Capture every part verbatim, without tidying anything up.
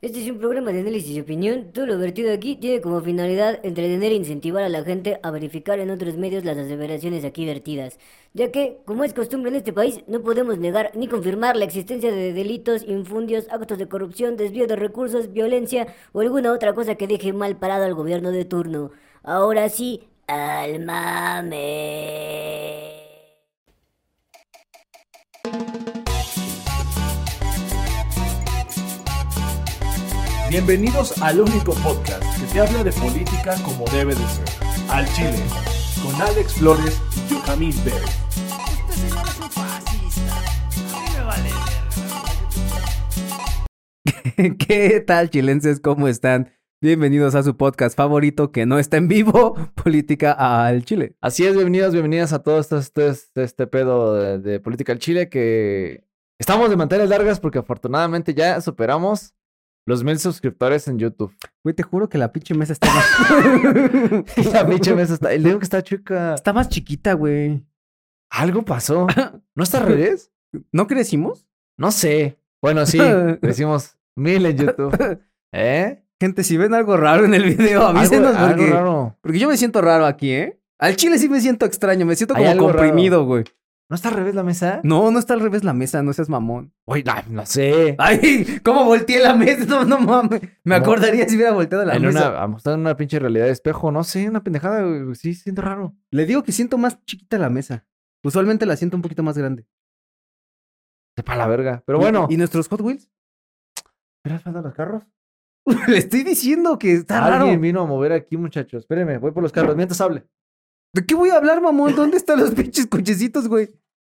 Este es un programa de análisis y opinión. Todo lo vertido aquí tiene como finalidad entretener e incentivar a la gente a verificar en otros medios las aseveraciones aquí vertidas, ya que, como es costumbre en este país, no podemos negar ni confirmar la existencia de delitos, infundios, actos de corrupción, desvío de recursos, violencia o alguna otra cosa que deje mal parado al gobierno de turno. Ahora sí, al mame. Bienvenidos al único podcast que te habla de política como debe de ser. Al Chile, con Alex Flores y Yohamid Bell. Este señor es un fascista. A mí me vale verga. ¿Qué tal, chilenses? ¿Cómo están? Bienvenidos a su podcast favorito que no está en vivo, Política al Chile. Así es, bienvenidos, bienvenidas a todo este, este, este pedo de, de Política al Chile que estamos de mantener largas porque afortunadamente ya superamos los mil suscriptores en YouTube. Güey, te juro que la pinche mesa está más... La pinche mesa está... Le digo que está chica. Está más chiquita, güey. Algo pasó. ¿No está al revés? ¿No crecimos? No sé. Bueno, sí, decimos mil en YouTube. ¿Eh? Gente, si ven algo raro en el video, Algo, avísenos algo porque... raro. Porque yo me siento raro aquí, ¿eh? Al Chile sí me siento extraño, me siento Hay como algo comprimido, güey. ¿No está al revés la mesa? No, no está al revés la mesa, no seas mamón. Uy, no, no sé. Ay, ¿cómo volteé la mesa? No, no mames. Me ¿Cómo? acordaría si hubiera volteado la En mesa. una, a mostrar una pinche realidad de espejo. No sé, una pendejada. Güey. Sí, siento raro. Le digo que siento más chiquita la mesa. Usualmente la siento un poquito más grande. Sepa la verga. Pero bueno. ¿Y, y nuestros Hot Wheels? ¿Pero faltan los carros? Le estoy diciendo que está Alguien raro. vino a mover aquí, muchachos. Espérenme, voy por los carros. Mientras hable. ¿De qué voy a hablar, mamón? ¿Dónde están los pinches cochecitos, güey?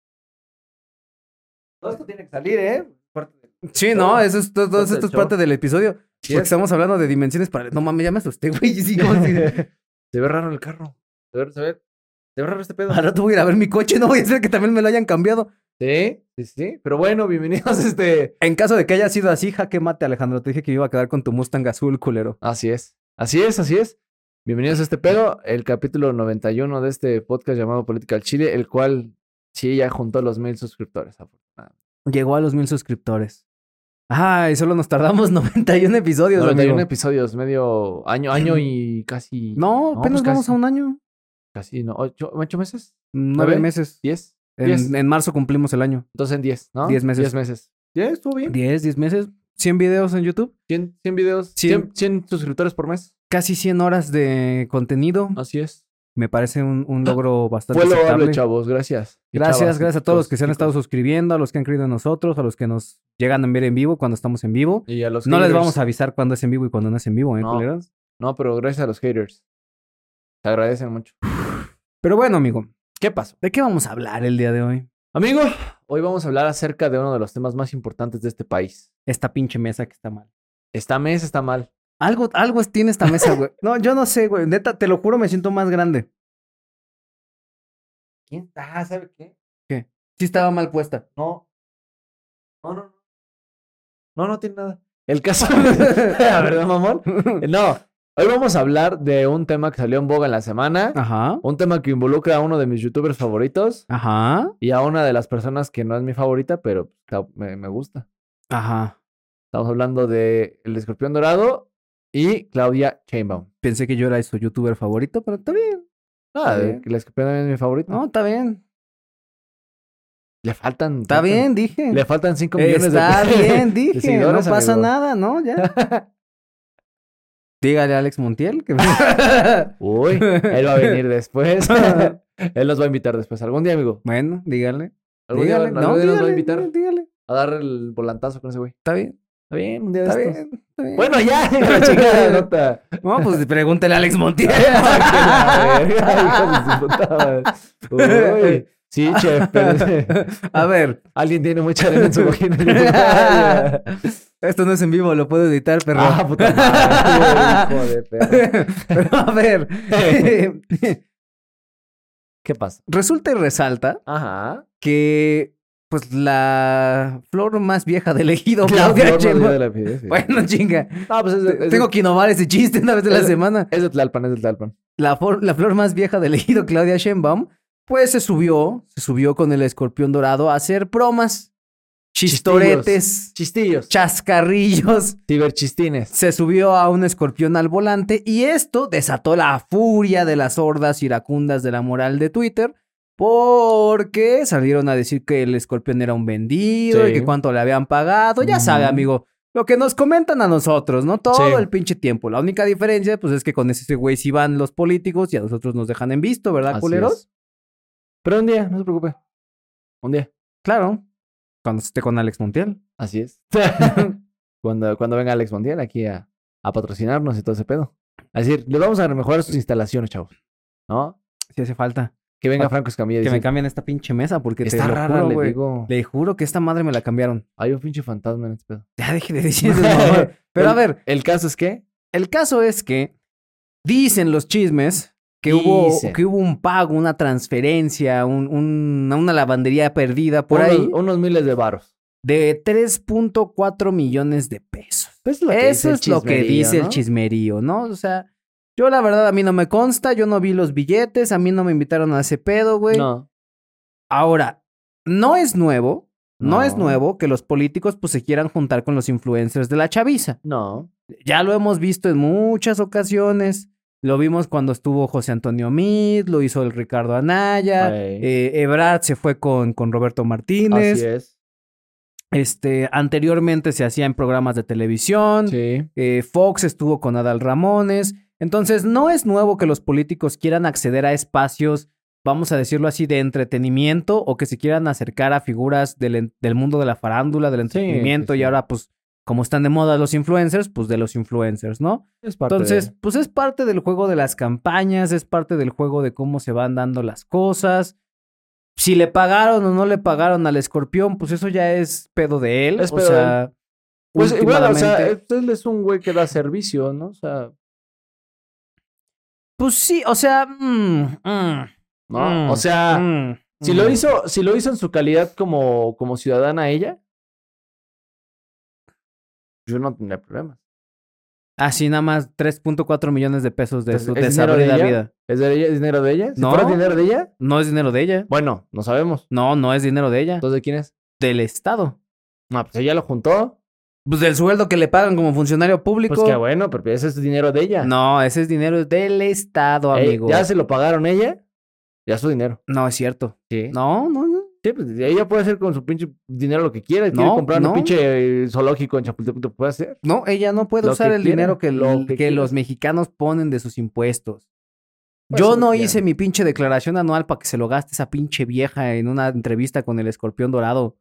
Todo esto tiene que salir, ¿eh? Parte de- Sí, no, eso es, todo, todo Parte del esto es show. parte del episodio. Sí Porque es. estamos hablando de dimensiones para... No mames, ya me asusté, güey. Sí, como si... Se ve raro el carro. Se ve, se ve, se ve raro este pedo. Al rato voy a ir a ver mi coche, no voy a hacer que también me lo hayan cambiado. Sí, sí, sí. Pero bueno, bienvenidos a este... En caso de que haya sido así, jaque mate, Alejandro. Te dije que me iba a quedar con tu Mustang azul, culero. Así es. Así es, así es. Bienvenidos a este pedo. El capítulo noventa y uno de este podcast llamado Política al Chile, el cual sí ya juntó los mil suscriptores, afortunadamente. Llegó a los mil suscriptores. Ay, solo nos tardamos noventa y uno episodios, noventa y uno amigo. episodios, medio año, año y casi... No, apenas pues vamos casi, a un año. Casi, ¿no? ¿Ocho, ocho meses? Nueve ¿Nueve? meses. ¿Diez? Diez. En, en marzo cumplimos el año. Entonces en diez, ¿no? Diez meses. Diez meses. ¿Diez? ¿Estuvo bien? Diez, diez meses. Cien videos en YouTube. cien, cien videos. Cien. cien, cien suscriptores por mes. Casi cien horas de contenido. Así es. Me parece un, un logro bastante Fue loable, aceptable. chavos. Gracias. Y Gracias, chavas, gracias a todos los chicos, que se han estado chicos. suscribiendo, a los que han creído en nosotros, a los que nos llegan a ver en vivo cuando estamos en vivo. Y a los No les haters. vamos a avisar cuando es en vivo y cuando no es en vivo, ¿eh, No. culeros? No, pero gracias a los haters. Se agradecen mucho. Pero bueno, amigo, ¿Qué pasó? ¿de qué vamos a hablar el día de hoy? Amigo, hoy vamos a hablar acerca de uno de los temas más importantes de este país. Esta pinche mesa que está mal. Esta mesa está mal. Algo, algo tiene esta mesa, güey. No, yo no sé, güey. Neta, te lo juro, me siento más grande. ¿Quién? Ah, ¿sabe qué? ¿Qué? Sí estaba mal puesta. No. No, no, no. No, no tiene nada. El caso... ¿La verdad, mamón? No. Hoy vamos a hablar de un tema que salió en boga en la semana. Ajá. Un tema que involucra a uno de mis youtubers favoritos Ajá. y a una de las personas que no es mi favorita, pero está- me, me gusta. Ajá. Estamos hablando de El Escorpión Dorado y Claudia Sheinbaum. Pensé que yo era su youtuber favorito, pero está bien. Ah, Está de bien. que El Escorpión también es mi favorito. No, está bien. Le faltan... Está faltan- bien, dije. Le faltan cinco millones Está de... bien, de dije. No seguidores, pasa amigo. nada, ¿no? Ya. Dígale a Alex Montiel que... Uy, él va a venir después. Él nos va a invitar después. Algún día, amigo. Bueno, dígale. Algún día, Dígale. algún No, día nos va a dígale, invitar dígale. a dar el volantazo con ese güey. Está bien, Está bien, un día de está estos. bien, está bien. Bueno, ya, la chingada nota. No, pues pregúntale a Alex Montiel. Ay, qué la verga, hijos de su puta madre. Uy, sí, chef, pero A ver, alguien tiene mucha arena en su vagina. esto no es en vivo, lo puedo editar, perro. Ah, puta madre, hijo de perro. Pero a ver, ¿Qué pasa? resulta y resalta Ajá. que, pues, la flor más vieja del ejido, La Claudia flor más Sheinbaum- bella de la vida, sí. Bueno, chinga. No, pues es de, es de- Tengo que innovar ese chiste una vez de la es de- semana. es de Tlalpan, es de Tlalpan. La, for- la flor más vieja del ejido, Claudia Sheinbaum, pues se subió, se subió con el escorpión dorado a hacer bromas. chistoretes, Chistillos. chascarrillos. Ciberchistines. Se subió a un escorpión al volante y esto desató la furia de las hordas iracundas de la moral de Twitter porque salieron a decir que el escorpión era un vendido Sí. y que cuánto le habían pagado. Ya Ujú. sabe, amigo, lo que nos comentan a nosotros, ¿no? Todo Sí. el pinche tiempo. La única diferencia, pues, es que con ese güey sí van los políticos y a nosotros nos dejan en visto, ¿verdad, Así culeros? es. Pero un día, no se preocupe. Un día. Claro. Cuando esté con Alex Montiel. Así es. cuando, cuando venga Alex Montiel aquí a, a patrocinarnos y todo ese pedo. Es decir, les vamos a mejorar sus instalaciones, chavos. ¿No? Si hace falta. Que venga Ah, Franco Escamilla. y Que me decir, cambien esta pinche mesa porque está te lo rara, juro, le güey. digo. Le juro que esta madre me la cambiaron. Hay un pinche fantasma en este pedo. Ya deje de decir eso, mamá. Pero a El- ver, El caso es que... el caso es que dicen los chismes que hubo, Dicen. que hubo un pago, una transferencia, un- un- una lavandería perdida por unos, ahí unos miles de varos. de tres punto cuatro millones de pesos. Pues es lo que Eso dice es lo que chismerío, dice el ¿no? chismerío, ¿no? O sea, yo la verdad a mí no me consta, yo no vi los billetes, a mí no me invitaron a ese pedo, güey. No. Ahora, no es nuevo, no. No. es nuevo que los políticos pues se quieran juntar con los influencers de la chaviza. No. Ya lo hemos visto en muchas ocasiones. Lo vimos cuando estuvo José Antonio Meade, lo hizo el Ricardo Anaya, Ay. eh, Ebrard se fue con, con Roberto Martínez. Así es. Este, anteriormente se hacía en programas de televisión. Sí. Eh, Fox estuvo con Adal Ramones. Entonces, no es nuevo que los políticos quieran acceder a espacios, vamos a decirlo así, de entretenimiento o que se quieran acercar a figuras del, en- del mundo de la farándula, del entretenimiento. sí, Y sí. ahora, pues, como están de moda los influencers, pues de los influencers, ¿no? Es parte Entonces, de... pues es parte del juego de las campañas, es parte del juego de cómo se van dando las cosas. Si le pagaron o no le pagaron al escorpión, pues eso ya es pedo de él. Es o pedo de sea, Pues igual, o sea, últimamente- él es un güey que da servicio, ¿no? O sea, Pues sí, o sea, mm, mm, ¿no? mm, o sea, mm, si mm. lo hizo, si lo hizo en su calidad como, como ciudadana ella, yo no tendría problemas. Así nada más tres punto cuatro millones de pesos de Entonces, eso, ¿es de dinero saber de la ella? vida. ¿Es, de ella, ¿Es dinero de ella? Si No. fuera dinero de ella, No es dinero de ella. bueno, no sabemos. No, no es dinero de ella. Entonces, ¿de quién es? Del Estado. No, pues ella lo juntó. Pues del sueldo que le pagan como funcionario público. Pues qué bueno, pero ese es dinero de ella. No, ese es dinero del Estado, Eh, amigo. ya se lo pagaron ella, ya es su dinero. No, es cierto. Sí. No, no, no. Sí, pues ella puede hacer con su pinche dinero lo que quiera. Quiere No, comprar no. un pinche eh, zoológico en Chapultepec, lo puede hacer. No, ella no puede Lo usar que el quiera, dinero que, lo l- que que quiera. los mexicanos ponen de sus impuestos. Pues Yo lo no que hice quiera. mi pinche declaración anual para que se lo gaste esa pinche vieja en una entrevista con el escorpión dorado.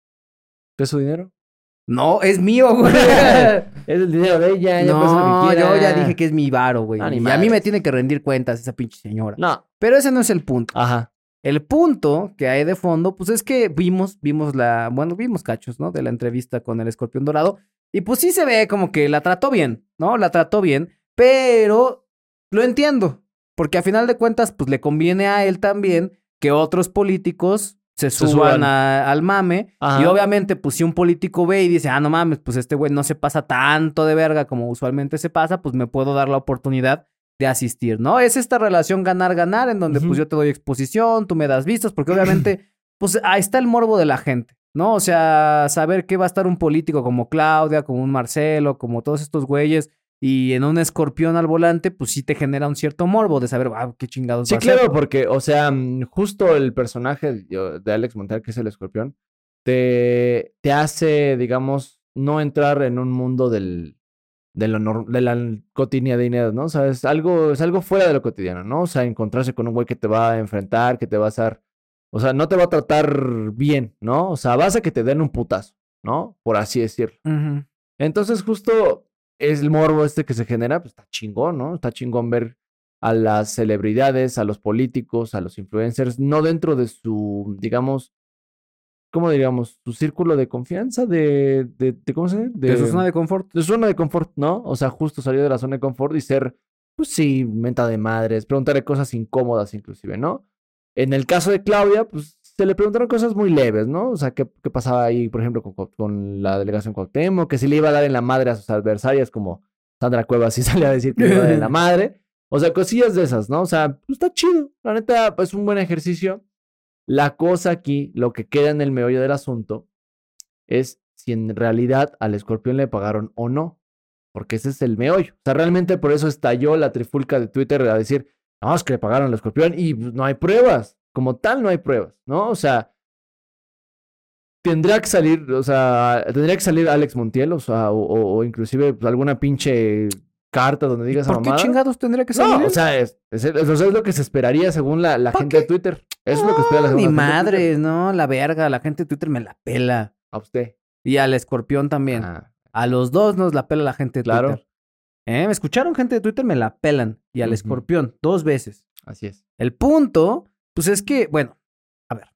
¿Es su dinero? No, es mío, güey. Es el dinero de ella, ella puede hacer lo No, que quiera. yo ya dije que es mi varo, güey. Ah, ni y a mí madres. me tiene que rendir cuentas esa pinche señora. No. Pero ese no es el punto. Ajá. El punto que hay de fondo, pues es que vimos, vimos la, bueno, vimos cachos, ¿no? De la entrevista con el escorpión dorado. Y pues sí se ve como que la trató bien, ¿no? La trató bien, pero lo entiendo. Porque a final de cuentas, pues le conviene a él también que otros políticos se Se suban, suban. a- al mame. Ajá. Y obviamente, pues si un político ve y dice, ah, no mames, pues este güey no se pasa tanto de verga como usualmente se pasa, pues me puedo dar la oportunidad de asistir, ¿no? Es esta relación ganar-ganar en donde Ujú. pues yo te doy exposición, tú me das vistas, porque obviamente pues ahí está el morbo de la gente, ¿no? O sea, saber que va a estar un político como Claudia, como un Marcelo, como todos estos güeyes y en un escorpión al volante, pues sí te genera un cierto morbo de saber, ah, qué chingados Sí, va a ser. claro, porque, o sea, mm, justo el personaje de de Alex Montiel, que es el escorpión, te, te hace, digamos, no entrar en un mundo del, de, lo nor- de la cotidianidad, ¿no? O sea, es algo, es algo fuera de lo cotidiano, ¿no? O sea, encontrarse con un güey que te va a enfrentar, que te va a hacer, o sea, no te va a tratar bien, ¿no? O sea, vas a que te den un putazo, ¿no? Por así decirlo. Ujú. Entonces, justo es el morbo este que se genera, pues está chingón, ¿no? Está chingón ver a las celebridades, a los políticos, a los influencers, no dentro de su, digamos, ¿cómo diríamos? Su círculo de confianza, de, de, de ¿cómo se dice? De su zona de confort. de su zona de confort, ¿no? O sea, justo salir de la zona de confort y ser, pues sí, menta de madres, preguntarle cosas incómodas inclusive, ¿no? En el caso de Claudia, pues se le preguntaron cosas muy leves, ¿no? O sea, ¿qué, qué pasaba ahí, por ejemplo, con, Cuau- con la delegación Cuauhtémoc? Que si le iba a dar en la madre a sus adversarias, como Sandra Cuevas sí salió a decir que le iba a dar en la madre. O sea, cosillas de esas, ¿no? O sea, pues está chido. La neta, pues un buen ejercicio. La cosa aquí, lo que queda en el meollo del asunto, es si en realidad al escorpión le pagaron o no. Porque ese es el meollo. O sea, realmente por eso estalló la trifulca de Twitter a decir, no, es que le pagaron al escorpión y pues, no hay pruebas. Como tal, no hay pruebas, ¿no? O sea, tendría que salir, o sea, tendría que salir Alex Montiel, o sea, o, o, o inclusive pues, alguna pinche carta donde diga esa ¿Por qué mamada. chingados tendría que salir? No, o sea, es, es, es, es lo que se esperaría según la, la gente qué? de Twitter. Eso es lo que espera la, No, según ni la gente de Twitter. madres, no, la verga, la gente de Twitter me la pela. A usted. Y al escorpión también. Ah, A los dos nos la pela la gente de Claro. Twitter. ¿Eh? ¿Me escucharon? Gente de Twitter me la pelan. Y al Ujú. escorpión, dos veces. así es. El punto, pues es que, bueno, a ver.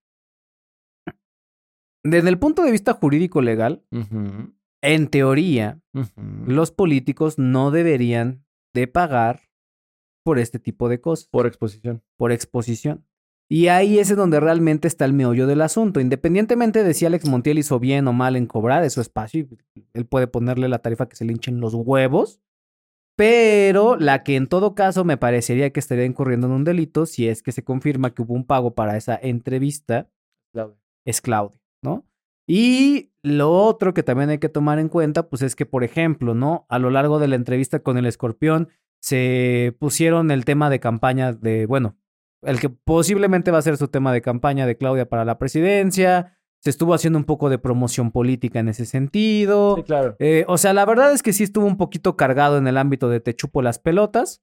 Desde el punto de vista jurídico legal, Ujú, en teoría, ujú. los políticos no deberían de pagar por este tipo de cosas, Por exposición. por exposición. Y ahí es en donde realmente está el meollo del asunto. Independientemente de si Alex Montiel hizo bien o mal en cobrar de su espacio, y él puede ponerle la tarifa que se le hinchen los huevos, pero la que en todo caso me parecería que estaría incurriendo en un delito si es que se confirma que hubo un pago para esa entrevista Claro. es Claudia, ¿no? Y lo otro que también hay que tomar en cuenta, pues es que, por ejemplo, ¿no? A lo largo de la entrevista con el escorpión se pusieron el tema de campaña de, bueno, el que posiblemente va a ser su tema de campaña de Claudia para la presidencia. Se estuvo haciendo un poco de promoción política en ese sentido. Sí, claro. Eh, o sea, la verdad es que sí estuvo un poquito cargado en el ámbito de te chupo las pelotas,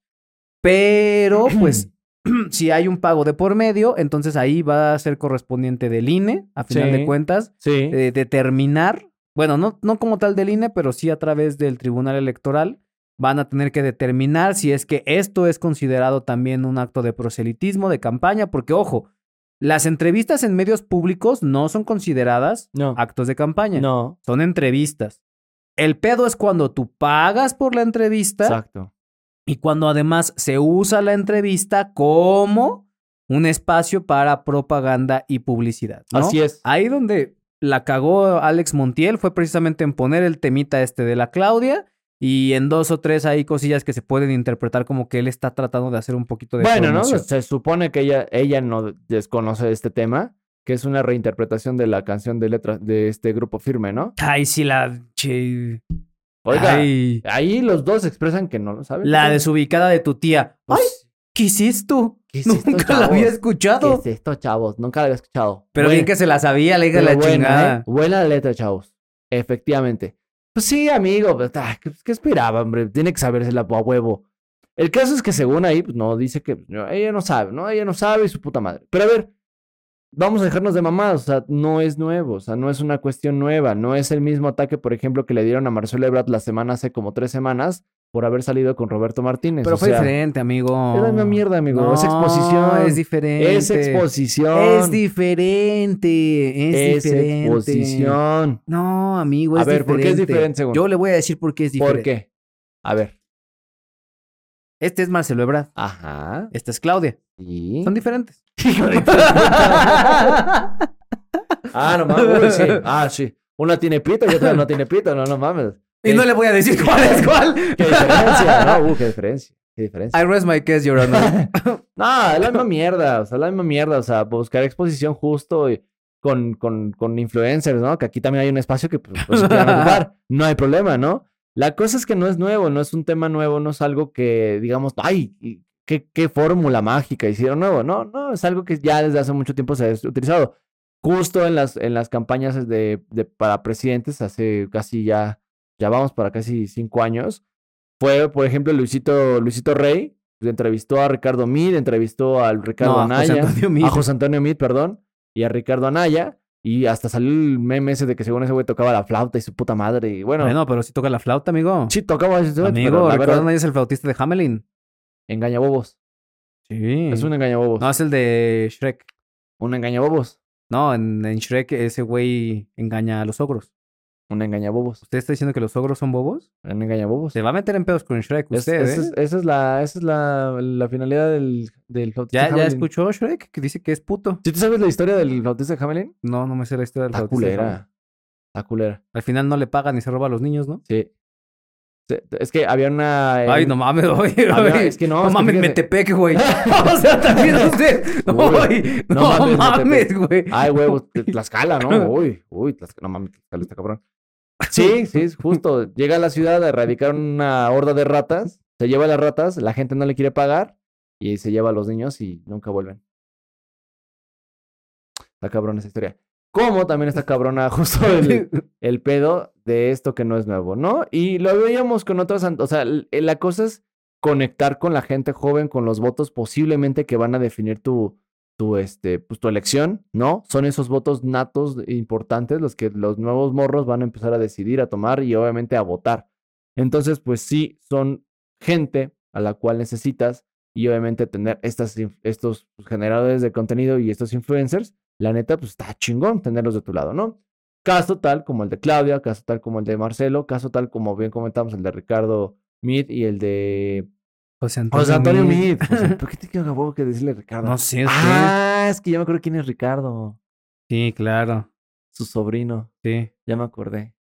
pero pues si hay un pago de por medio, entonces ahí va a ser correspondiente del I N E, a final Sí. de cuentas, Sí. eh, determinar, bueno, no, no como tal del I N E, pero sí a través del Tribunal Electoral, van a tener que determinar si es que esto es considerado también un acto de proselitismo, de campaña, porque ojo, las entrevistas en medios públicos no son consideradas No. actos de campaña, No. son entrevistas. El pedo es cuando tú pagas por la entrevista Exacto. y cuando además se usa la entrevista como un espacio para propaganda y publicidad, ¿no? Así es. Ahí donde la cagó Alex Montiel fue precisamente en poner el temita este de la Claudia y en dos o tres hay cosillas que se pueden interpretar como que él está tratando de hacer un poquito de Bueno, ¿no? promoción. Se supone que ella, ella no desconoce este tema, que es una reinterpretación de la canción de letra de este grupo Firme, ¿no? Ay, sí, la... che- Oiga, Ay, ahí los dos expresan que no lo saben. la desubicada de tu tía. Pues, Ay, ¿qué es esto? ¿qué es Nunca esto, la chavos? había ¿Qué escuchado. es esto, chavos? Nunca lo había escuchado. Pero Bueno, bien que se la sabía, le dije pero la buena, chingada. ¿eh? Buena letra, chavos. Efectivamente. Pues sí, amigo. Pues, ah, ¿qué, qué esperaba, hombre? Tiene que sabérsela a huevo. El caso es que según ahí, pues no, dice que no, ella no sabe, ¿no? Ella no sabe y su puta madre. Pero a ver, vamos a dejarnos de mamadas. O sea, no es nuevo. O sea, no es una cuestión nueva. No es el mismo ataque, por ejemplo, que le dieron a Marcelo Ebrard la semana hace como tres semanas por haber salido con Roberto Martínez. Pero o fue sea, diferente, amigo. es la misma mierda, amigo. No, Es exposición. es diferente. Es exposición. Es diferente. Es, Es diferente. exposición. No, amigo, es A ver, ¿por qué es diferente, según? Yo le voy a decir por qué es diferente. ¿Por qué? A ver. Este es Marcelo Ebrard. Ajá. Esta es Claudia. Sí. Son diferentes. Hijo de puta. Ah, no mames. Sí. Ah, sí. Una tiene pito y otra no tiene pito. No, no mames. Y no le voy a decir cuál es cuál. ¿Qué diferencia? No, uh, qué diferencia. Qué diferencia. I rest my case, Your Honor. No, es la misma mierda. O sea, la misma mierda. O sea, buscar exposición justo y con, con, con influencers, ¿no? Que aquí también hay un espacio que pues, pues, se quieran ocupar. No hay problema, ¿no? La cosa es que no es nuevo, no es un tema nuevo, no es algo que, digamos, ay, qué, qué fórmula mágica hicieron nuevo. No, no, es algo que ya desde hace mucho tiempo se ha utilizado. Justo en las, en las campañas de, de, para presidentes, hace casi ya, ya vamos para casi cinco años, fue, por ejemplo, Luisito, Luisito Rey, entrevistó a Ricardo Mid, entrevistó al Ricardo No, a José Anaya, Antonio Meade. a José Antonio Mid, perdón, y a Ricardo Anaya. Y hasta salió el meme ese de que según ese güey tocaba la flauta y su puta madre. Y bueno, Bueno, pero sí toca la flauta, amigo. sí tocaba ese güey, Amigo, pero la recuerdan verdad, ahí es el flautista de Hamelin. engañabobos. Sí. Es un engañabobos. No, es el de Shrek. Un engañabobos. No, en, en Shrek ese güey engaña a los ogros. Un engañabobos. ¿Usted está diciendo que los ogros son bobos? Un engañabobos. Se va a meter en pedos con Shrek Es- usted, esa, ¿eh? es, esa es la, esa es la, la finalidad del, del flautista ¿Ya, ¿Ya Hamelin. escuchó Shrek? Que dice que es puto. ¿Sí te sabes la historia del flautista de Hamelin? No, no me sé la historia del Está flautista de Hamelin. culera. Está culera. Al final no le pagan y se roba a los niños, ¿no? Sí. Se- Es que había una... Ay, en- no mames, güey. Había- güey. es que no, No es que mames, fíjate. Metepec, güey. O sea, también usted. No, Uy, güey. no No, mames, mames, Metepec. güey. Ay, huevos, de Tlaxcala, ¿no? Uy, uy, Tlaxcala, no mames, Tlaxcala está cabrón. Sí, sí, es justo. Llega a la ciudad a erradicar una horda de ratas, se lleva a las ratas, la gente no le quiere pagar y se lleva a los niños y nunca vuelven. Está cabrón esa historia. Como también está cabrona justo el, el pedo de esto que no es nuevo, ¿no? Y lo veíamos con otras, an- o sea, l- la cosa es conectar con la gente joven, con los votos posiblemente que van a definir tu, tu, este, pues, tu elección, ¿no? Son esos votos natos importantes los que los nuevos morros van a empezar a decidir, a tomar y obviamente a votar. Entonces, pues sí, son gente a la cual necesitas y obviamente tener estas, inf- estos pues, generadores de contenido y estos influencers, la neta, pues está chingón tenerlos de tu lado, ¿no? Caso tal como el de Claudia, caso tal como el de Marcelo, caso tal como bien comentamos el de Ricardo Mead y el de José Antonio, José Antonio Meade. Mead. José, ¿por qué te quiero huevo que decirle Ricardo? No sé, usted. Ah, es que ya me acuerdo quién es Ricardo. Sí, claro. Su sobrino. Sí. Ya me acordé.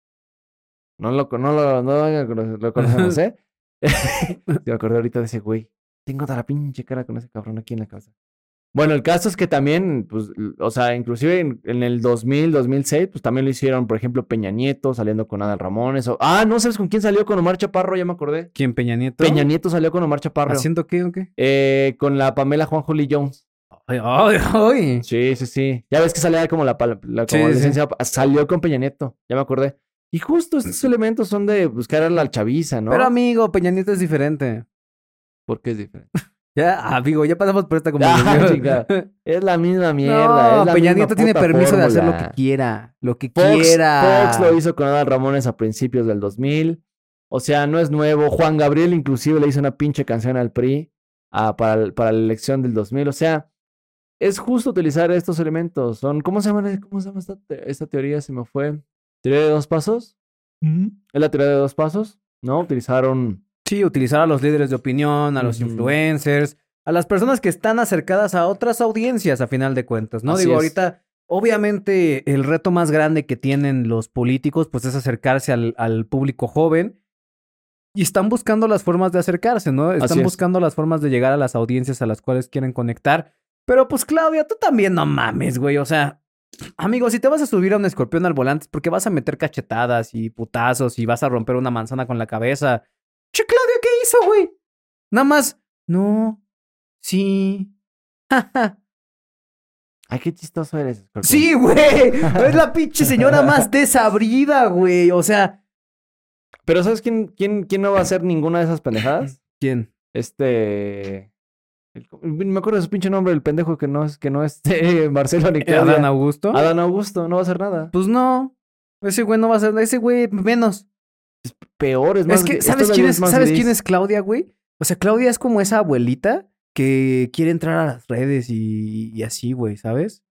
No lo, no lo, no lo, lo conocemos, ¿eh? Ya me acordé ahorita de ese güey. Tengo toda la pinche cara con ese cabrón aquí en la cabeza. Bueno, el caso es que también, pues, l- o sea, inclusive en, en el dos mil, dos mil seis, pues también lo hicieron, por ejemplo, Peña Nieto saliendo con Adal Ramones. O... Ah, no, ¿sabes con quién salió? Con Omar Chaparro, ya me acordé. ¿Quién, Peña Nieto? Peña Nieto salió con Omar Chaparro. ¿Haciendo qué o qué? Eh, con la Pamela Juan Juli Jones. Ay, ay, ay. Sí, sí, sí. Ya ves que salía como la, pal- la como Sí, sí. licencia, salió con Peña Nieto, ya me acordé. Y justo estos elementos son de buscar a la chaviza, ¿no? Pero amigo, Peña Nieto es diferente. ¿Por qué es diferente? Ya, amigo, ya pasamos por esta Ah, conversación. chica. Es la misma mierda. No, es la Peña misma Nieto tiene puta permiso de hacer lo fórmula. que quiera. Lo que Fox, quiera. Fox lo hizo con Adal Ramones a principios del dos mil. O sea, no es nuevo. Juan Gabriel inclusive le hizo una pinche canción al P R I ah, para, el- para la elección del dos mil. O sea, es justo utilizar estos elementos. Son, ¿cómo se llama, cómo se llama esta, te- esta teoría? Se me fue. ¿Teoría de dos pasos? Es la teoría de dos pasos, ¿no? Utilizaron... Sí, utilizar a los líderes de opinión, a los Ujú. influencers, a las personas que están acercadas a otras audiencias, a final de cuentas, ¿no? Así Digo, es. ahorita, obviamente, el reto más grande que tienen los políticos, pues, es acercarse al, al público joven. Y están buscando las formas de acercarse, ¿no? Están Así es. buscando las formas de llegar a las audiencias a las cuales quieren conectar. Pero, pues, Claudia, tú también no mames, güey. O sea, amigo, si te vas a subir a un escorpión al volante es porque vas a meter cachetadas y putazos y vas a romper una manzana con la cabeza. Che, Claudia, ¿qué hizo, güey? Nada más, no, sí, jaja. Ay, qué chistoso eres, Scorpion. Sí, güey. Es la pinche señora más desabrida, güey. O sea, Pero ¿sabes quién, quién, quién no va a hacer ninguna de esas pendejadas? ¿quién? Este... el- me acuerdo de su pinche nombre, el pendejo que no es, que no es eh, Marcelo ni Claudia. ¿Adán Augusto? Adán Augusto, no va a hacer nada. Pues no. Ese güey no va a ser, ese güey menos. Peor, es más... Es que, es ¿sabes todavía quién es es, más ¿sabes gris. quién es Claudia, güey? O sea, Claudia es como esa abuelita que quiere entrar a las redes y, y así, güey, ¿sabes?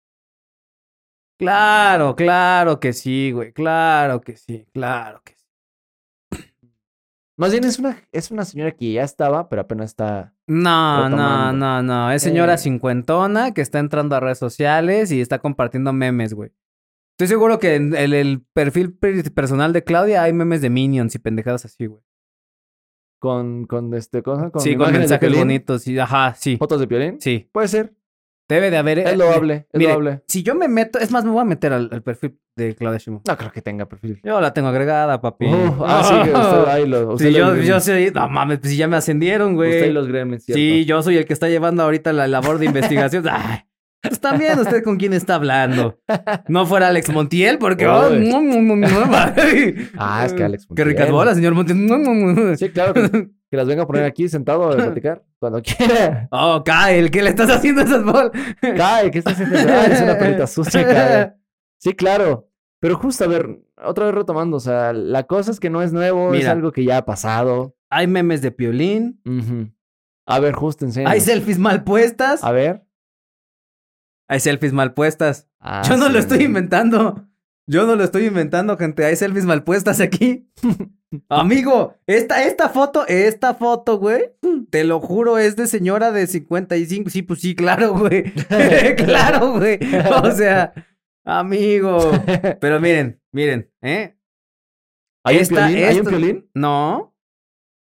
Claro, claro que sí, güey. Claro que sí, claro que sí. Más bien es una, es una señora que ya estaba, pero apenas está... No, no, Retomando. no, no. Es señora Eh. cincuentona que está entrando a redes sociales y está compartiendo memes, güey. Estoy seguro que en el, el perfil per- personal de Claudia hay memes de Minions y pendejadas así, güey. Con, con este... Con, con Sí, con imágenes de mensajes Piolín, bonitos. Sí, ajá, sí. ¿Fotos de Piolín? Sí. Puede ser. Debe de haber. Es eh, loable, es mire, loable. Si yo me meto, es más, me voy a meter al, al perfil de Claudia Sheinbaum. No creo que tenga perfil. Yo la tengo agregada, papi. Uf, ah, sí, que usted ahí lo... Usted Sí, y yo, los yo gremlins. soy. No mames, pues si ya me ascendieron, güey. Usted y los gremlins, ¿cierto? Sí, yo soy el que está llevando ahorita la labor de investigación. Ay, pues también usted con quién está hablando. No fuera Alex Montiel, porque. Uy. oh, mu, mu, mu, mu, Ah, es que Alex Qué ricas Montiel. bolas, señor Montiel. Mu, mu, mu. Sí, claro, que, que las venga a poner aquí sentado a platicar cuando quiera. Oh, Kyle, ¿qué le estás haciendo a esas bolas? Cae, ¿qué estás haciendo? Ah, es una perita sucia, cae. Sí, claro. Pero justo, a ver, otra vez retomando, o sea, la cosa es que no es nuevo, es Mira. algo que ya ha pasado. Hay memes de Piolín. Ujú. A ver, justo, enséñanos. Hay selfies mal puestas. A ver. Hay selfies mal puestas. Ah, Yo no sí. lo estoy inventando. Yo no lo estoy inventando, gente. Hay selfies mal puestas aquí. Amigo, esta, esta foto, esta foto, güey, te lo juro, es de señora de cincuenta y cinco. Sí, pues sí, claro, güey. Claro, güey. O sea, amigo. Pero miren, miren, ¿eh? ¿Hay un Esta- Piolín? ¿Hay un esto- Piolín? No.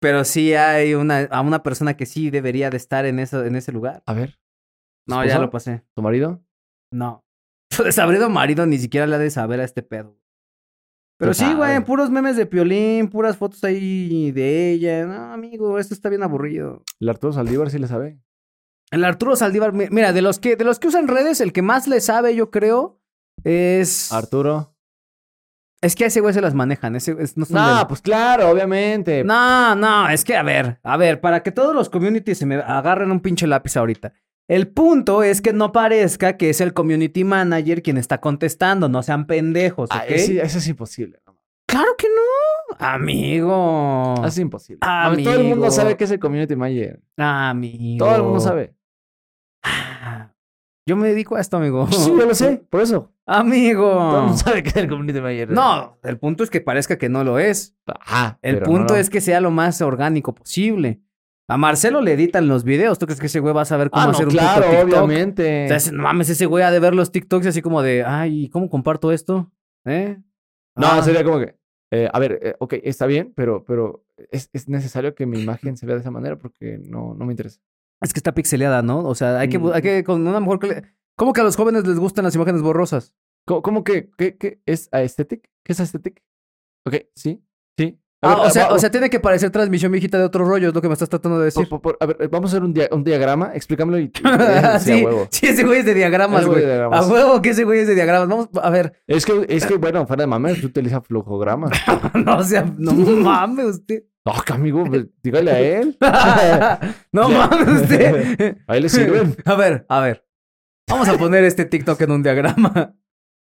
Pero sí hay una, a una persona que sí debería de estar en, eso, en ese lugar. A ver. No, ¿Esposa? ya lo pasé. ¿Tu marido? No. Su desabrido marido ni siquiera le ha de saber a este pedo. Pero Pues sí, güey, sabe. puros memes de Piolín, puras fotos ahí de ella. No, amigo, esto está bien aburrido. El Arturo Saldívar sí le sabe. El Arturo Saldívar, mi- mira, de los que, de los que usan redes, el que más le sabe, yo creo, es... Arturo. Es que a ese güey se las manejan. Ese, es- no, son No, del- pues claro, obviamente. no, no, es que a ver, a ver, para que todos los communities se me agarren un pinche lápiz ahorita. El punto es que no parezca que es el community manager quien está contestando, no sean pendejos, ¿ok? Ah, ese- eso es imposible. No. Claro que no, amigo. Eso es imposible. Ah, Mami, todo el mundo amigo. sabe que es el community manager. Amigo. Todo el mundo sabe. Ah, Yo me dedico a esto, amigo. Sí, yo lo sé, por eso. Amigo. Todo el mundo sabe que es el community manager. No, el punto es que parezca que no lo es. Ajá. El pero punto no, no. es que sea lo más orgánico posible. A Marcelo le editan los videos. ¿Tú crees que ese güey va a saber cómo Ah, no, hacer un claro, puto TikTok? obviamente. O sea, ese- no mames, ese güey ha de ver los TikToks así como de, ay, ¿cómo comparto esto? ¿Eh? No, Ah, sería como que, eh, a ver, eh, ok, está bien, pero, pero es, es necesario que mi imagen se vea de esa manera porque no, no me interesa. Es que está pixeleada, ¿no? O sea, hay que, bu- Mm. hay que con una mejor... cali- ¿Cómo que a los jóvenes les gustan las imágenes borrosas? ¿Cómo, cómo que, que, que es aesthetic? ¿Qué es aesthetic? Ok, sí, sí. A Ah, ver, o sea, va- o sea, tiene que parecer transmisión viejita de otro rollo, es lo que me estás tratando de decir. por- por- por- a ver, vamos a hacer un, dia- un diagrama, explícamelo y... y- sí, sí, a huevo. sí, ese güey es de diagramas, Ese güey güey. de diagramas. A huevo que ese güey es de diagramas. Vamos, a ver. Es que, es que, bueno, fuera de mames, tú utilizas flujogramas. No, o sea, no mames usted. No, que amigo, pues, dígale a él. No mames usted. A él le sirven. A ver, a ver. Vamos a poner este TikTok en un diagrama.